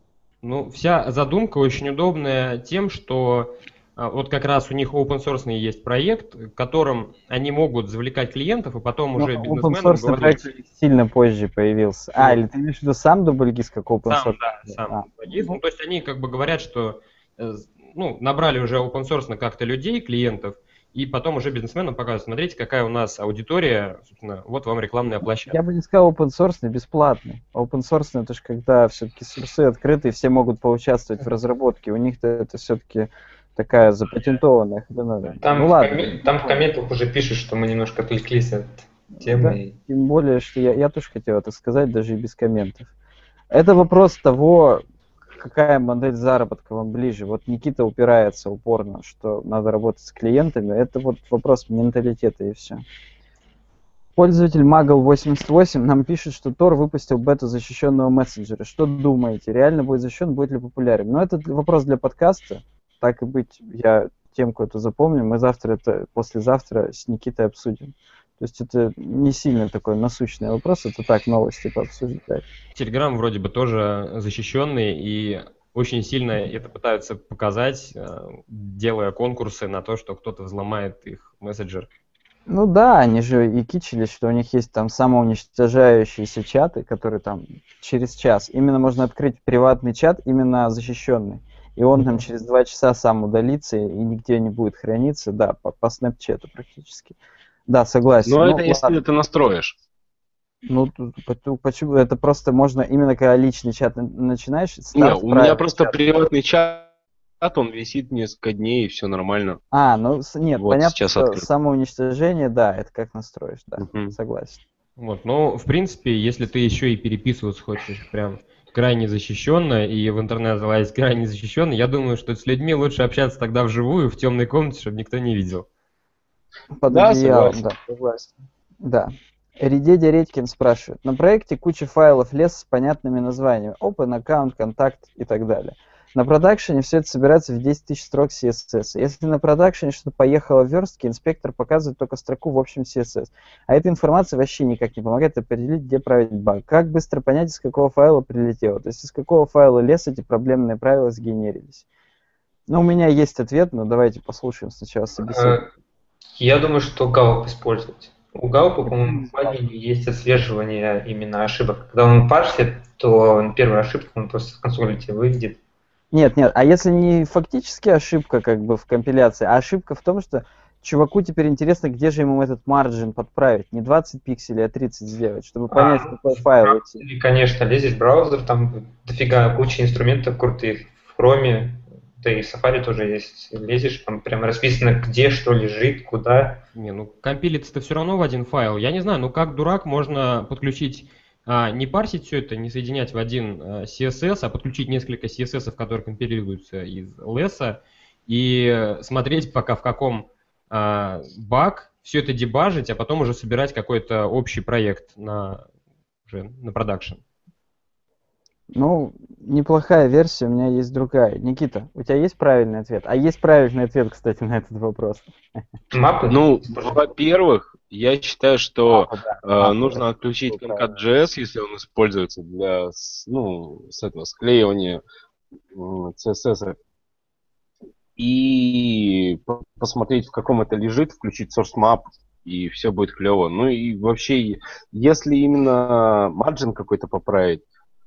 Вся задумка очень удобная тем, что вот как раз у них open source есть проект, в котором они могут завлекать клиентов, и потом уже бизнесменам говорить. Open source проект сильно позже появился. Или ты имеешь в виду сам дубльгиз как open source? Сам дубльгиз. То есть они говорят, что набрали уже open source как-то людей, клиентов, и потом уже бизнесменам показывают, смотрите, какая у нас аудитория, собственно, вот вам рекламная площадка. Я бы не сказал open source, бесплатный. Open source это же когда все-таки сорсы открыты, и все могут поучаствовать в разработке. У них-то это все-таки такая запатентованная хреновина. Там в комментах уже пишут, что мы немножко отвлеклись от темы. Да, тем более, что я тоже хотел это сказать, даже и без комментов. Это вопрос того, какая модель заработка вам ближе. Вот Никита упирается упорно, что надо работать с клиентами. Это вот вопрос менталитета и все. Пользователь Maggle88 нам пишет, что Tor выпустил бету защищенного мессенджера. Что думаете? Реально будет защищен, будет ли популярен? Это вопрос для подкаста. Так и быть, я темку эту запомню. Мы послезавтра с Никитой обсудим. То есть это не сильно такой насущный вопрос, это так, новости пообсуждать. Telegram вроде бы тоже защищенный, и очень сильно это пытаются показать, делая конкурсы на то, что кто-то взломает их мессенджер. Да, они же и кичились, что у них есть там самоуничтожающиеся чаты, которые там через час. Именно можно открыть приватный чат, именно защищенный. И он там через 2 часа сам удалится и нигде не будет храниться, да, по снэпчату практически. Да, согласен. Это если ты настроишь. Почему? Это просто можно, именно когда личный чат начинаешь... Нет, у меня просто приватный чат, он висит несколько дней, и все нормально. Нет, вот понятно, что самоуничтожение, да, это как настроишь, да, согласен. В принципе, если ты еще и переписываться хочешь прям крайне защищенно, и в интернет залазить крайне защищенно, я думаю, что с людьми лучше общаться тогда вживую, в темной комнате, чтобы никто не видел. Под одеялом, согласен. Да. Редедя Редькин спрашивает. На проекте куча файлов лес с понятными названиями. Open, аккаунт, контакт и так далее. На продакшене все это собирается в 10 тысяч строк CSS. Если на продакшене что-то поехало в верстке, инспектор показывает только строку в общем CSS. А эта информация вообще никак не помогает определить, где править баг. Как быстро понять, из какого файла прилетело? То есть из какого файла лес эти проблемные правила сгенерились? У меня есть ответ, но давайте послушаем сначала собеседника. Я думаю, что Галп использовать. У Галпа, по-моему, в плагине есть отслеживание именно ошибок. Когда он парсит, то первая ошибка он просто с консоли тебе выведет. Нет, нет, а если не фактически ошибка как бы в компиляции, а ошибка в том, что чуваку теперь интересно, где же ему этот марджин подправить. Не 20 пикселей, а 30 сделать, чтобы понять, в какой файл идти. Или, конечно, лезешь в браузер, там дофига куча инструментов крутых. В Chrome, да и в Safari тоже есть. Лезешь, там прямо расписано, где что лежит, куда. Не, ну компилится-то все равно в один файл. Я не знаю, ну как дурак можно подключить, не парсить все это, не соединять в один CSS, а подключить несколько CSS, которые компилируются из LS, и смотреть пока в каком баг, все это дебажить, а потом уже собирать какой-то общий проект уже на продакшн. Ну, неплохая версия, у меня есть другая. Никита, у тебя есть правильный ответ? А есть правильный ответ, кстати, на этот вопрос. Мапы? Ну, во-первых, я считаю, что Да. нужно отключить Concat.js, если он используется для этого склеивания CSS. И посмотреть, в каком это лежит, включить source map, и все будет клево. Ну и вообще, если именно margin какой-то поправить,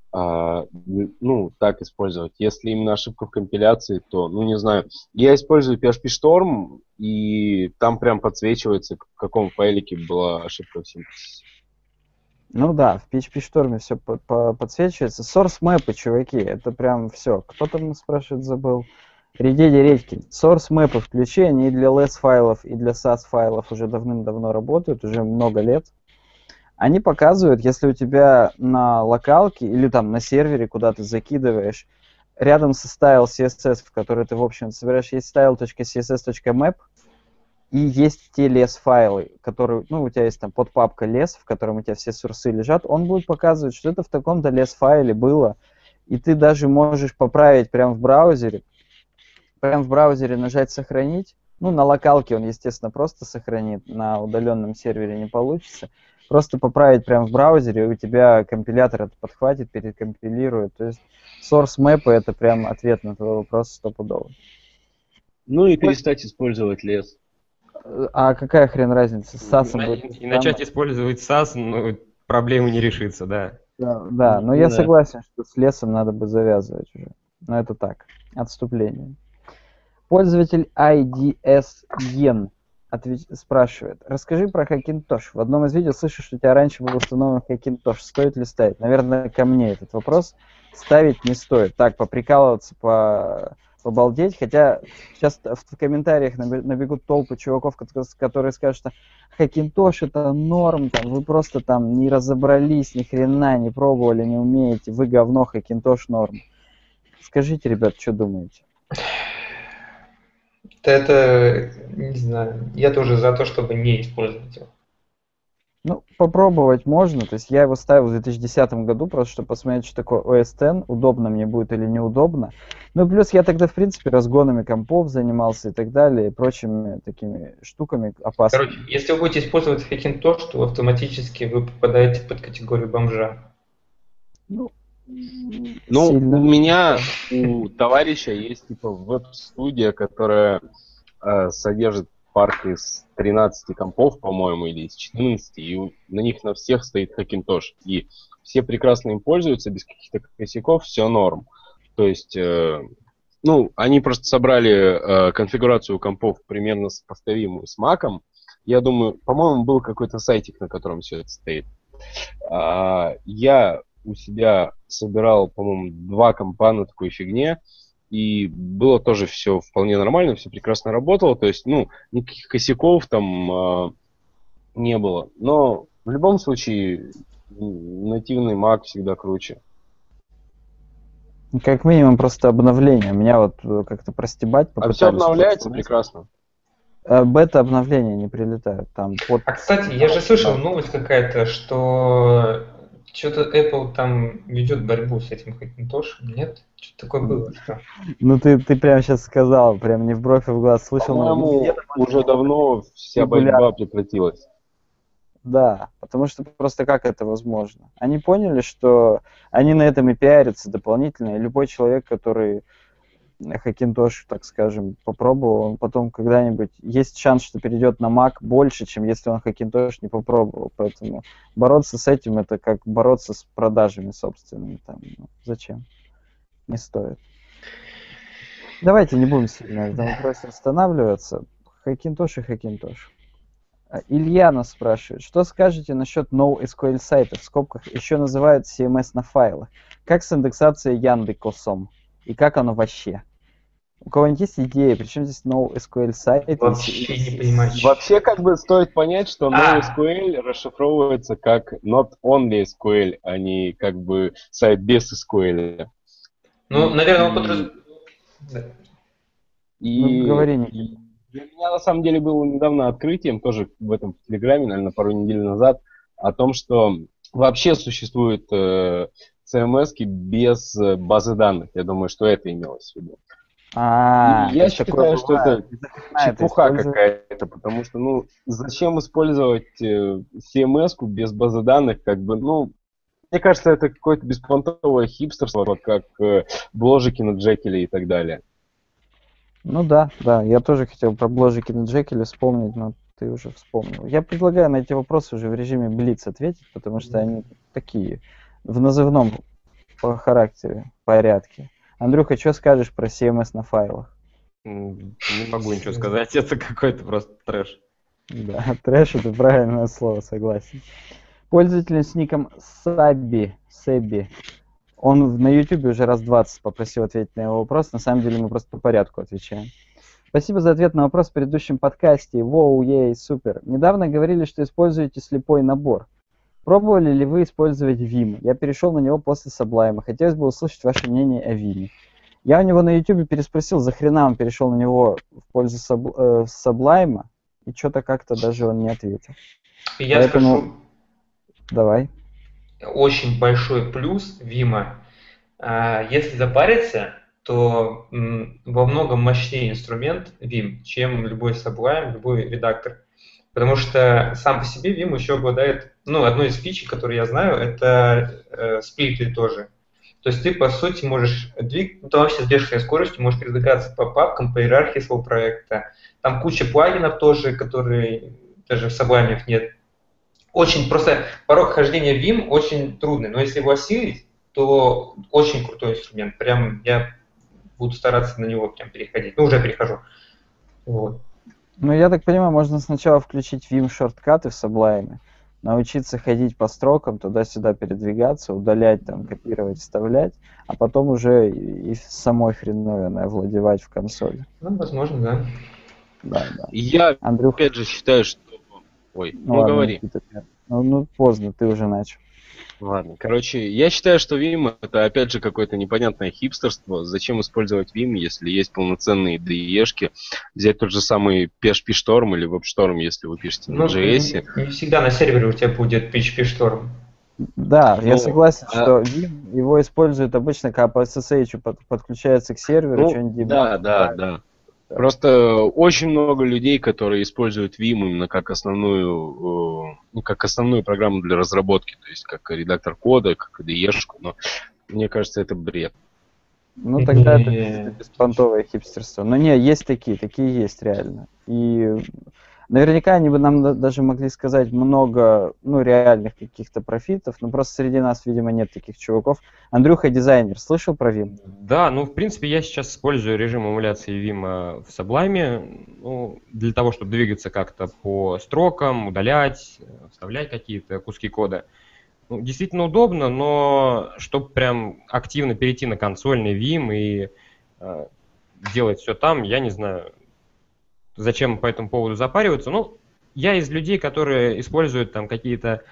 так использовать. Если именно ошибка в компиляции, то, не знаю. Я использую PHP Storm, и там прям подсвечивается, в каком файлике была ошибка в синтаксисе. Ну да, в PHP Storm все подсвечивается. Source map, чуваки, это прям все. Кто там спрашивает, забыл? Редеди Редькин. Source map включи, они и для LS файлов, и для SAS файлов уже давным-давно работают, уже много лет. Они показывают, если у тебя на локалке или там на сервере, куда ты закидываешь, рядом со style CSS, в который ты, в общем, собираешь, есть style.css.map, и есть те less-файлы, которые, у тебя есть там подпапка less, в котором у тебя все сурсы лежат, он будет показывать, что это в таком-то less-файле было, и ты даже можешь поправить прямо в браузере, нажать «Сохранить». На локалке он, естественно, просто сохранит, на удаленном сервере не получится. Просто поправить прямо в браузере, и у тебя компилятор это подхватит, перекомпилирует. То есть source map это прям ответ на твой вопрос стопудово. Ну и перестать использовать лес. А какая хрен разница? С SAS будет... И начать использовать SAS, проблемы не решится, да. Да, но я согласен, что с лесом надо бы завязывать уже. Но это так, отступление. Пользователь IDS-Yen спрашивает. Расскажи про Hackintosh. В одном из видео слышу, что у тебя раньше был установлен Hackintosh. Стоит ли ставить? Наверное, ко мне этот вопрос. Ставить не стоит. Так, поприкалываться, побалдеть. Хотя сейчас в комментариях набегут толпы чуваков, которые скажут, что Hackintosh это норм, там, вы просто там не разобрались, ни хрена не пробовали, не умеете. Вы говно, Hackintosh норм. Скажите, ребят, что думаете? Это, не знаю, я тоже за то, чтобы не использовать его. Попробовать можно. То есть я его ставил в 2010 году, просто чтобы посмотреть, что такое OS X, удобно мне будет или неудобно. Ну, плюс я тогда, в принципе, разгонами компов занимался и так далее, и прочими такими штуками опасными. Короче, если вы будете использовать Hackintosh, то автоматически вы попадаете под категорию бомжа. Сильно. У товарища есть веб-студия, которая содержит парк из 13 компов, по-моему, или из 14, и на них на всех стоит Hackintosh. И все прекрасно им пользуются, без каких-то косяков, все норм. То есть, они просто собрали конфигурацию компов примерно сопоставимую с Mac'ом. Я думаю, по-моему, был какой-то сайтик, на котором все это стоит. Я у себя собирал, по-моему, 2 компа на такой фигне, и было тоже все вполне нормально, все прекрасно работало, то есть, никаких косяков там не было. Но в любом случае, нативный Mac всегда круче. Как минимум просто обновление. Меня вот как-то простебать попытались. А все обновляется прекрасно. Бета-обновления не прилетают. Там кстати, я же слышал новость какая-то, что что-то Apple там ведет борьбу с этим Hackintosh, нет? Что-то такое было, что? Ты прямо сейчас сказал, прям не в бровь, а в глаз слышал. По-моему, уже давно вся борьба прекратилась. Да, потому что просто как это возможно? Они поняли, что они на этом и пиарятся дополнительно, и любой человек, который Hackintosh, так скажем, попробовал, он потом когда-нибудь... Есть шанс, что перейдет на Mac больше, чем если он Hackintosh не попробовал. Поэтому бороться с этим — это как бороться с продажами собственными. Там, ну, зачем? Не стоит. Давайте не будем сильно на этом вопросе останавливаться. Hackintosh и Hackintosh. Илья нас спрашивает, что скажете насчет NoSQL сайтов, в скобках еще называют CMS на файлах? Как с индексацией Яндекс.Ком? И как оно вообще? У кого-нибудь есть идеи, причем здесь NoSQL сайт? Вообще не понимаю. Вообще, как бы стоит понять, что NoSQL расшифровывается как Not Only SQL, а не как бы сайт без SQL. Ну, наверное, он подразумевает... Ну, говори, Никита. Для меня, на самом деле, было недавно открытием, тоже в этом Телеграме, наверное, пару недель назад, о том, что вообще существуют CMS-ки без базы данных. Я думаю, что это имелось в виду. Я считаю, что это чепуха какая-то, потому что, ну, зачем использовать CMS-ку без базы данных, как бы, ну, мне кажется, это какое-то беспонтовое хипстерство, вот как бложики на Джекиле и так далее. Ну да, я тоже хотел про бложики на Джекиле вспомнить, но ты уже вспомнил. Я предлагаю на эти вопросы уже в режиме Блиц ответить, потому что они такие, в назывном по характере, порядке. Андрюха, что скажешь про CMS на файлах? Не могу ничего сказать, это какой-то просто трэш. Да, трэш — это правильное слово, согласен. Пользователь с ником Сэбби, он на YouTube уже раз 20 попросил ответить на его вопрос. На самом деле мы просто по порядку отвечаем. Спасибо за ответ на вопрос в предыдущем подкасте. Воу, ей, супер. Недавно говорили, что используете слепой набор. Пробовали ли вы использовать Vim? Я перешел на него после Sublime. Хотелось бы услышать ваше мнение о Vim. Я у него на YouTube переспросил, за хрена он перешел на него в пользу Sublime, и что-то как-то даже он не ответил. Я скажу... Давай. Очень большой плюс Vim. Если запариться, то во многом мощнее инструмент Vim, чем любой Sublime, любой редактор. Потому что сам по себе Vim еще обладает, ну, одной из фич, которую я знаю, это сплиты тоже. То есть ты, по сути, можешь двигаться, ты вообще с бешеной скоростью можешь передвигаться по папкам, по иерархии своего проекта. Там куча плагинов тоже, которые даже в Sublime нет. Очень просто порог хождения Vim очень трудный, но если его осилить, то очень крутой инструмент. Прям я буду стараться на него прям переходить. Ну, уже перехожу. Вот. Ну, я так понимаю, можно сначала включить Vim шорткаты в Sublime, научиться ходить по строкам, туда-сюда передвигаться, удалять, там, копировать, вставлять, а потом уже и самой хреновиной овладевать в консоли. Ну, возможно, да. Да. Я, Андрюха, опять же, считаю, что... Ой, ладно, говори. Никита, ну, поздно, ты уже начал. Ладно, короче, я считаю, что Vim это опять же какое-то непонятное хипстерство. Зачем использовать Vim, если есть полноценные IDE-шки? Взять тот же самый PHP-Storm или WebStorm, если вы пишете на JS. Не всегда на сервере у тебя будет PHP-Storm. Да, я согласен, что Vim его используют обычно, когда по SSH подключается к серверу, что-нибудь. Да. Просто очень много людей, которые используют Vim именно как основную программу для разработки, то есть как редактор кода, как IDE-шку, но мне кажется, это бред. Ну, тогда это беспонтовое хипстерство. Но не, есть такие есть реально. И наверняка они бы нам даже могли сказать много, ну, реальных каких-то профитов, но просто среди нас, видимо, нет таких чуваков. Андрюха, дизайнер, слышал про Vim? Да, ну, в принципе, я сейчас использую режим эмуляции Vim в Sublime, ну, для того, чтобы двигаться как-то по строкам, удалять, вставлять какие-то куски кода. Ну, действительно удобно, но чтобы прям активно перейти на консольный Vim и делать все там, я не знаю, зачем по этому поводу запариваться. Ну, я из людей, которые используют там какие-то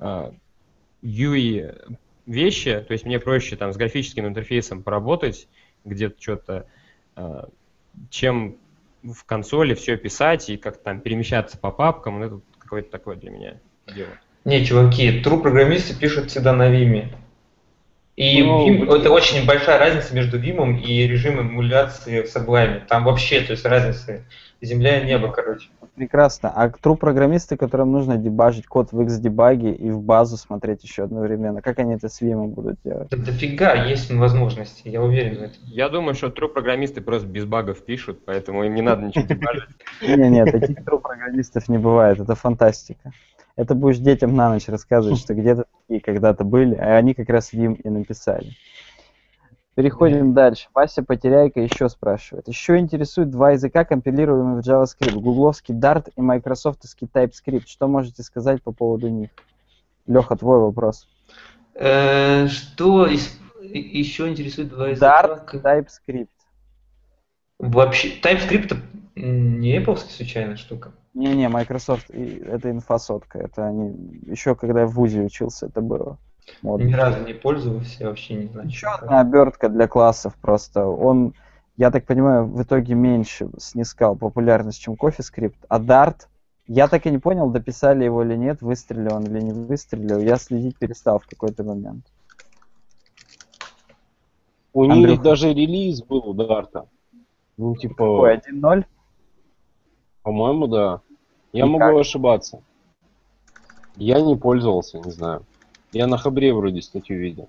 UI вещи, то есть мне проще там с графическим интерфейсом поработать где-то что-то, чем в консоли все писать и как-то там перемещаться по папкам. Это какое-то такое для меня дело. Не, чуваки, true программисты пишут всегда на Vim. И Vim, это очень большая разница между Vim и режимом эмуляции в Sublime. Там вообще, то есть разницы Земля и небо, короче. Прекрасно. А true-программисты, которым нужно дебажить код в Xdebug и в базу смотреть еще одновременно, как они это с Vim будут делать? Да дофига есть возможности, я уверен в этом. Я думаю, что true-программисты просто без багов пишут, поэтому им не надо ничего дебажить. Не, таких true-программистов не бывает, это фантастика. Это будешь детям на ночь рассказывать, что где-то такие когда-то были, а они как раз Vim и написали. Переходим дальше. Вася Потеряйка еще спрашивает. Еще интересует два языка, компилируемые в JavaScript. Гугловский Dart и майкрософтовский TypeScript. Что можете сказать по поводу них? Леха, твой вопрос. Что еще интересует два языка? Dart, TypeScript. Вообще, TypeScript не Apple случайно штука? Не, Microsoft, это инфосотка. Это они, еще когда я в ВУЗе учился, это было модно. Ни разу не пользовался, я вообще не знаю. Еще одна обертка для классов просто. Он, я так понимаю, в итоге меньше снискал популярность, чем CoffeeScript. А Dart, я так и не понял, дописали его или нет, выстрелил он или не выстрелил. Я следить перестал в какой-то момент. У Андрюха. них даже релиз был у Дарта. Ну, типа... Какой, 1.0? По-моему, да. Я И могу как? ошибаться. Я не пользовался, не знаю. Я на Хабре вроде статью видел.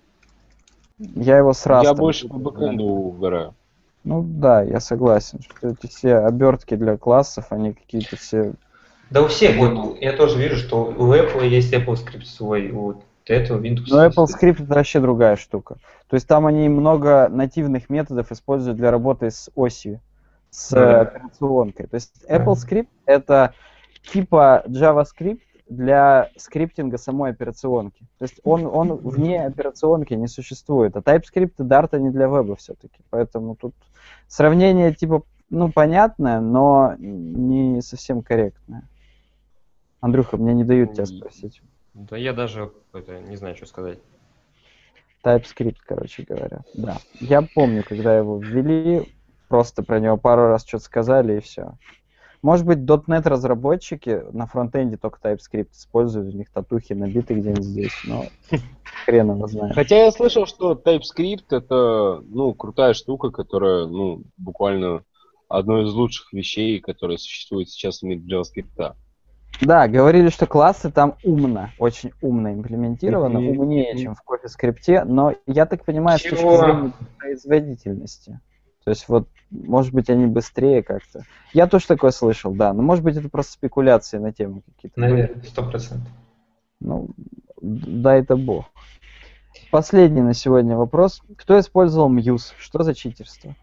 Я его сразу... Я больше по бэкэнду угораю. Ну да, я согласен, что эти все обертки для классов, они какие-то все... Да у всех, вот, я тоже вижу, что у Apple есть Apple Script свой, у этого Windows. Но Apple Script это вообще другая штука. То есть там они много нативных методов используют для работы с осью, с операционкой. То есть Apple Script это типа JavaScript для скриптинга самой операционки. То есть он вне операционки не существует. А TypeScript и Dart не для веба все-таки. Поэтому тут сравнение типа, ну, понятное, но не совсем корректное. Андрюха, мне не дают тебя спросить. Да я даже не знаю, что сказать. TypeScript, короче говоря. Да. Я помню, когда его ввели, просто про него пару раз что-то сказали и все. Может быть, .NET разработчики на фронтенде только TypeScript используют, у них татухи набиты где-нибудь здесь, но хрен его знает. Хотя я слышал, что TypeScript это, ну, крутая штука, которая, ну, буквально одно из лучших вещей, которые существуют сейчас в мире JavaScript. Да, говорили, что классы там очень умно имплементированы, умнее, чем в CoffeeScript, но я так понимаю, с точки зрения производительности. То есть вот, может быть, они быстрее как-то. Я тоже такое слышал, да, но может быть это просто спекуляции на тему какие-то. Наверное, 100%. Ну, да, это бог. Последний на сегодня вопрос. Кто использовал Muse? Что за читерство?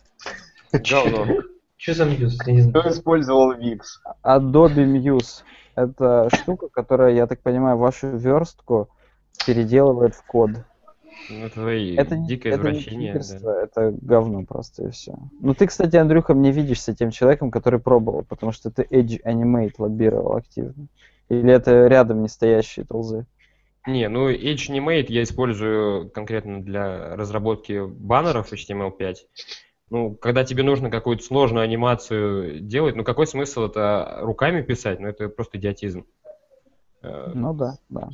Говно. Что за Muse? Я не знаю. Кто использовал Wix? Adobe Muse. Это штука, которая, я так понимаю, вашу верстку переделывает в код. Ну, твои Это дикое это не извращение. читерство, это говно просто и все. Ну ты, кстати, Андрюха, мне видишься тем человеком, который пробовал, потому что ты Edge Animate лоббировал активно. Или это рядом не стоящие тулзы? Не, ну Edge Animate я использую конкретно для разработки баннеров HTML5. Ну, когда тебе нужно какую-то сложную анимацию делать, ну какой смысл это руками писать? Ну это просто идиотизм. Ну да, да.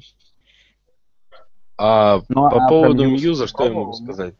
А Ну, по а поводу про Muse Мьюза, что я пробовал? могу сказать?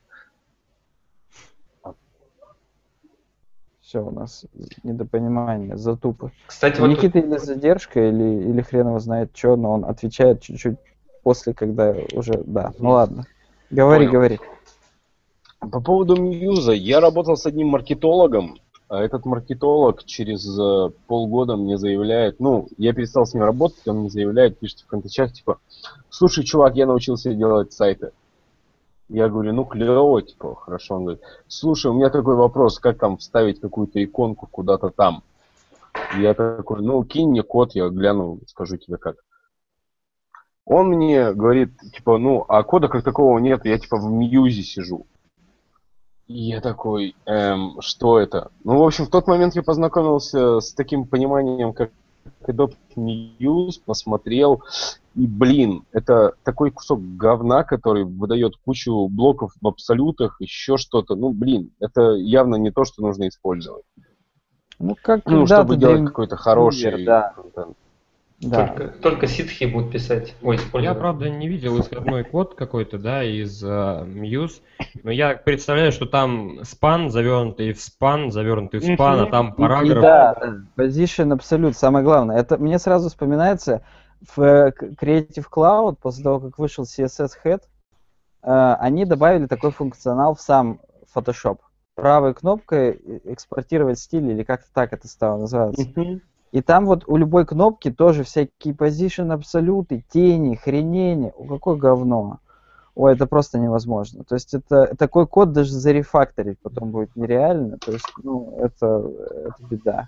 Все, у нас недопонимание, затупы. Кстати, У вот Никиты или задержка, или хрен его знает что, но он отвечает чуть-чуть после, когда уже... Да, ну ладно. Говори, Понял. говори. По поводу Мьюза, я работал с одним маркетологом, а этот маркетолог через полгода мне заявляет, ну, я перестал с ним работать, он мне заявляет, пишет в контачах, типа, слушай, чувак, я научился делать сайты. Я говорю, ну, клево, типа, хорошо. Он говорит, слушай, у меня такой вопрос, как там вставить какую-то иконку куда-то там? Я такой, ну, кинь мне код, я гляну, скажу тебе как. Он мне говорит, типа, ну, а кода как такого нет, я, типа, в Мьюзе сижу. И я такой, что это? Ну, в общем, в тот момент я познакомился с таким пониманием, как Adobe Muse, посмотрел, и, блин, это такой кусок говна, который выдает кучу блоков в абсолютах, еще что-то. Ну, блин, это явно не то, что нужно использовать. Ну, как Ну, когда чтобы делать какой-то хороший да. контент. Да. Только ситхи будут писать. Ой, Я, использовать. правда, не видел исходной код какой-то, да, из Muse, но я представляю, что там span завернутый в span, а там И параграф. да, position absolute, самое главное. Это мне сразу вспоминается в Creative Cloud, после того, как вышел CSS Head, они добавили такой функционал в сам Photoshop. Правой кнопкой экспортировать стиль, или как-то так это стало называться. И там вот у любой кнопки тоже всякие position absolute, тени, хренени. Какое говно. Ой, это просто невозможно. То есть это такой код даже зарефакторить потом будет нереально. То есть, ну, это беда.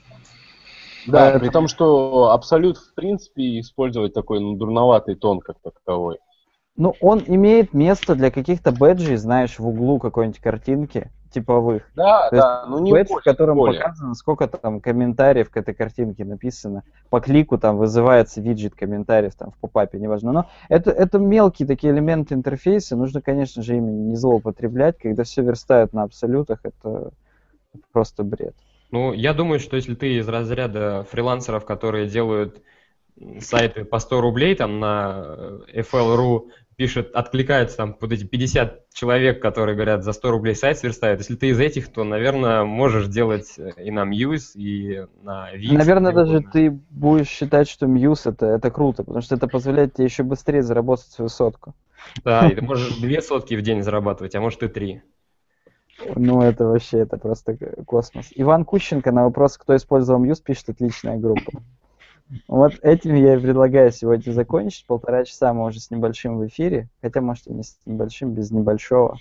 Да, при том, что Абсолют, в принципе, использовать такой дурноватый тон как таковой. Ну, он имеет место для каких-то бэджей, знаешь, в углу какой-нибудь картинки типовых. Да, То есть да, ну не бэдж, более, в котором более. показано, сколько там комментариев к этой картинке написано. По клику там вызывается виджет комментариев там в попапе, неважно. Но это мелкие такие элементы интерфейса. Нужно, конечно же, ими не злоупотреблять. Когда все верстают на абсолютах, это просто бред. Ну, я думаю, что если ты из разряда фрилансеров, которые делают сайты по 100 рублей, там на FL.ru пишет, откликается там под эти 50 человек, которые говорят, за 100 рублей сайт сверстают. Если ты из этих, то, наверное, можешь делать и на Muse, и на Wix. Наверное, даже ты будешь считать, что Muse это круто, потому что это позволяет тебе еще быстрее заработать свою сотку. Да, и ты можешь 2 сотки в день зарабатывать, а может и 3. Ну, это вообще, это просто космос. Иван Кущенко на вопрос, кто использовал Muse, пишет отличная группа. Вот этим я и предлагаю сегодня закончить. 1,5 часа мы уже с небольшим в эфире. Хотя, может, и не с небольшим, без небольшого.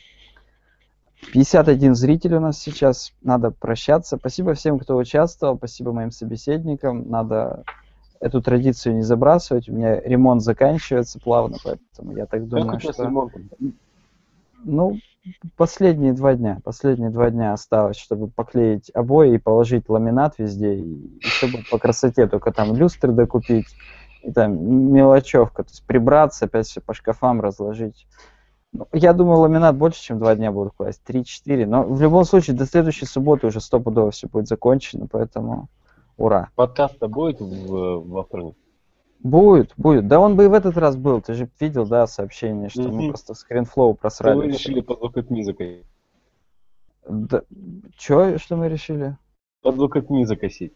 51 зритель у нас сейчас. Надо прощаться. Спасибо всем, кто участвовал. Спасибо моим собеседникам. Надо эту традицию не забрасывать. У меня ремонт заканчивается плавно, поэтому я так думаю, Как что... Ну, последние 2 дня. Последние 2 дня осталось, чтобы поклеить обои и положить ламинат везде. И все будет по красоте. Только там люстры докупить. И там мелочевка. То есть прибраться, опять все по шкафам разложить. Ну, я думаю, ламинат больше, чем 2 дня будут класть. 3-4. Но в любом случае, до следующей субботы уже стопудово все будет закончено. Поэтому ура. Подкаст-то будет во вторник? Будет. Да он бы и в этот раз был. Ты же видел, да, сообщение, что мы просто скринфлоу просрали. Вы решили под локотьми закосить. Да. Что мы решили? Под локотьми закосить.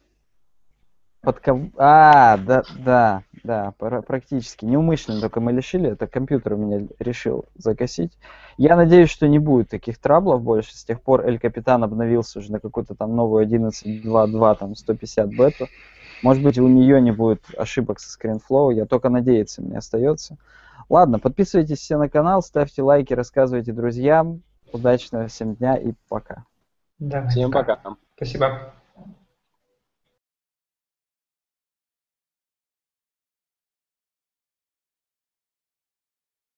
Да, практически. Неумышленно только мы решили, это компьютер у меня решил закосить. Я надеюсь, что не будет таких траблов больше. С тех пор Эль Капитан обновился уже на какую-то там новую 11.2.2, там 150 бету. Может быть, у нее не будет ошибок со скринфлоу, я только надеяться мне остается. Ладно, подписывайтесь все на канал, ставьте лайки, рассказывайте друзьям. Удачного всем дня и пока. Да, Всем пока. Спасибо.